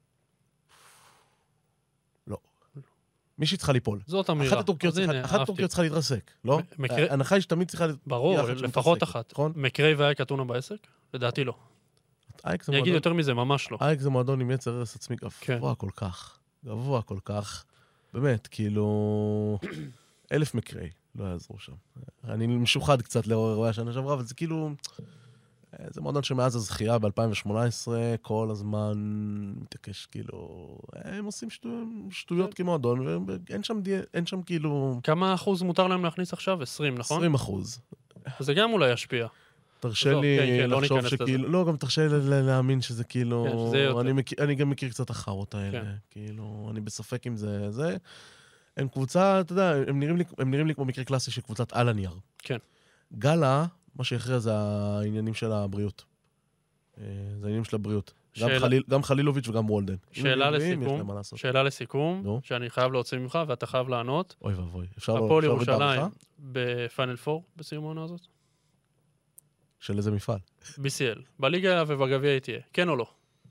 מישהי צריכה ליפול. זאת אמירה. אחת הטורקיות אז הנה, צריכה- אחת אהבתי. הטורקיות צריכה להתרסק, לא? מ- מקרה- ההנחה היא שתמיד צריכה... ברור, יחד לפחות שמתרסקת, אחת. נכון? מקרי ואייק אתונה בעסק? לדעתי לא. אייק זה אני אגיד מועדון- יותר מזה, ממש לא. אייק זה מועדון עם יצר הרס עצמי כן. גבוה כל כך. גבוה כל כך. באמת, כאילו... אלף מקרי, לא יעזרו שם. אני משוחד קצת לאור אירועי השנה שעברה, אבל זה כאילו... זה מועדון שמאז הזכייה ב-אלפיים שמונה עשרה, כל הזמן מתעקש, כאילו... הם עושים שטו- שטויות כמועדון, ואין שם, די- אין שם כאילו... כמה אחוז מותר להם להכניס עכשיו? עשרים, נכון? עשרים אחוז. אז זה גם אולי ישפיע. תרשה עזוב, לי כן, כן, לא לחשוב ניכנס לזה. שכאילו... לא, גם תרשה לי לה- להאמין שזה כאילו... כן, שזה יותר. אני מכיר- אני גם מכיר קצת החארות האלה. כן. כאילו, אני בספק אם זה... זה... הם קבוצה, אתה יודע, הם נראים לי, הם נראים לי כמו מקרה קלאסי של קבוצת על הנייר. כן. גאלה, מה שהכריע זה העניינים של הבריאות. אה, זה העניינים של הבריאות. גם, שאלה- חליל, גם חלילוביץ' וגם וולדן. אם הם שאלה בריאים, יש לסיכום, להם מה לעשות. שאלה לסיכום, נו. שאני חייב להוציא ממך ואתה חייב לענות. אוי ואבוי. אפשר לא- הפועל אפשר להוריד ירושלים בעריכה? בפיינל פור בסיום העונה הזאת? של איזה מפעל. בי סי אל. בליגה ובגביע היא תהיה. כן או לא?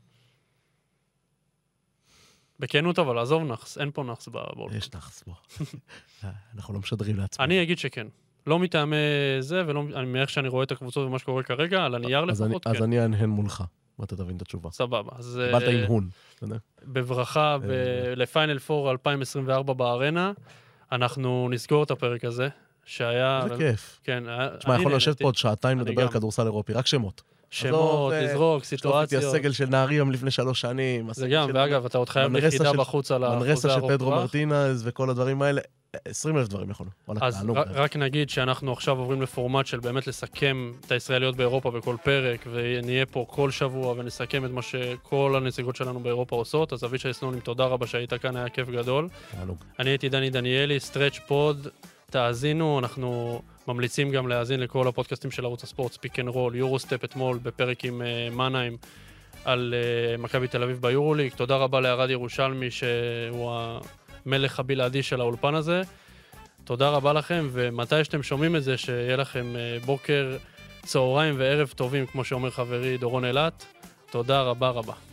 בכנות אבל, עזוב נחס, אין פה נחס בבול. יש נחס בו. אנחנו לא משדרים לעצמנו. אני אגיד שכן. לא מטעמי זה, ולא מאיך שאני רואה את הקבוצות ומה שקורה כרגע, על הנייר אז אני- לפחות, אז כן. אני אנהן מולך, ואתה תבין את התשובה. סבבה. אז קיבלת אה, הנהון. אתה יודע? בברכה ב- לפיינל פור אלפיים עשרים וארבע בארנה, אנחנו נסגור את הפרק הזה, שהיה... זה כיף. כן, תשמע, אני יכול לשבת נהניתי. פה עוד שעתיים אני לדבר על גם. כדורסל אירופי, רק שמות. שמות, עזוב, לזרוק, שלוף איתי סיטואציות. הסגל של נהריה מלפני שלוש שנים. זה הסגל גם, של- ואגב, אתה עוד חייב מנרסה יחידה של- בחוץ על החוזה מנרסה של הארוך פדרו טווח. מרטינז וכל הדברים האלה. עשרים אלף דברים יכולנו. וואלה, אז תענוג. רק, רק נגיד שאנחנו עכשיו עוברים לפורמט של באמת לסכם את הישראליות באירופה בכל פרק, ונהיה פה כל שבוע ונסכם את מה שכל הנציגות שלנו באירופה עושות. אז אבישי סלונים, תודה רבה שהיית כאן, היה כיף גדול. תענוג. אני הייתי דני דניאלי, סטרץ' פוד, תאזינו, אנחנו ממליצים גם להאזין לכל הפודקאסטים של ערוץ הספורט, ספיק אנד רול, יורוסטפ אתמול בפרק עם uh, מנהיים על uh, מכבי תל אביב ביורוליג. תודה רבה לערד ירושלמי שהוא המלך הבלעדי של האולפן הזה. תודה רבה לכם, ומתי שאתם שומעים את זה, שיהיה לכם uh, בוקר, צהריים וערב טובים, כמו שאומר חברי דורון אלת. תודה רבה רבה.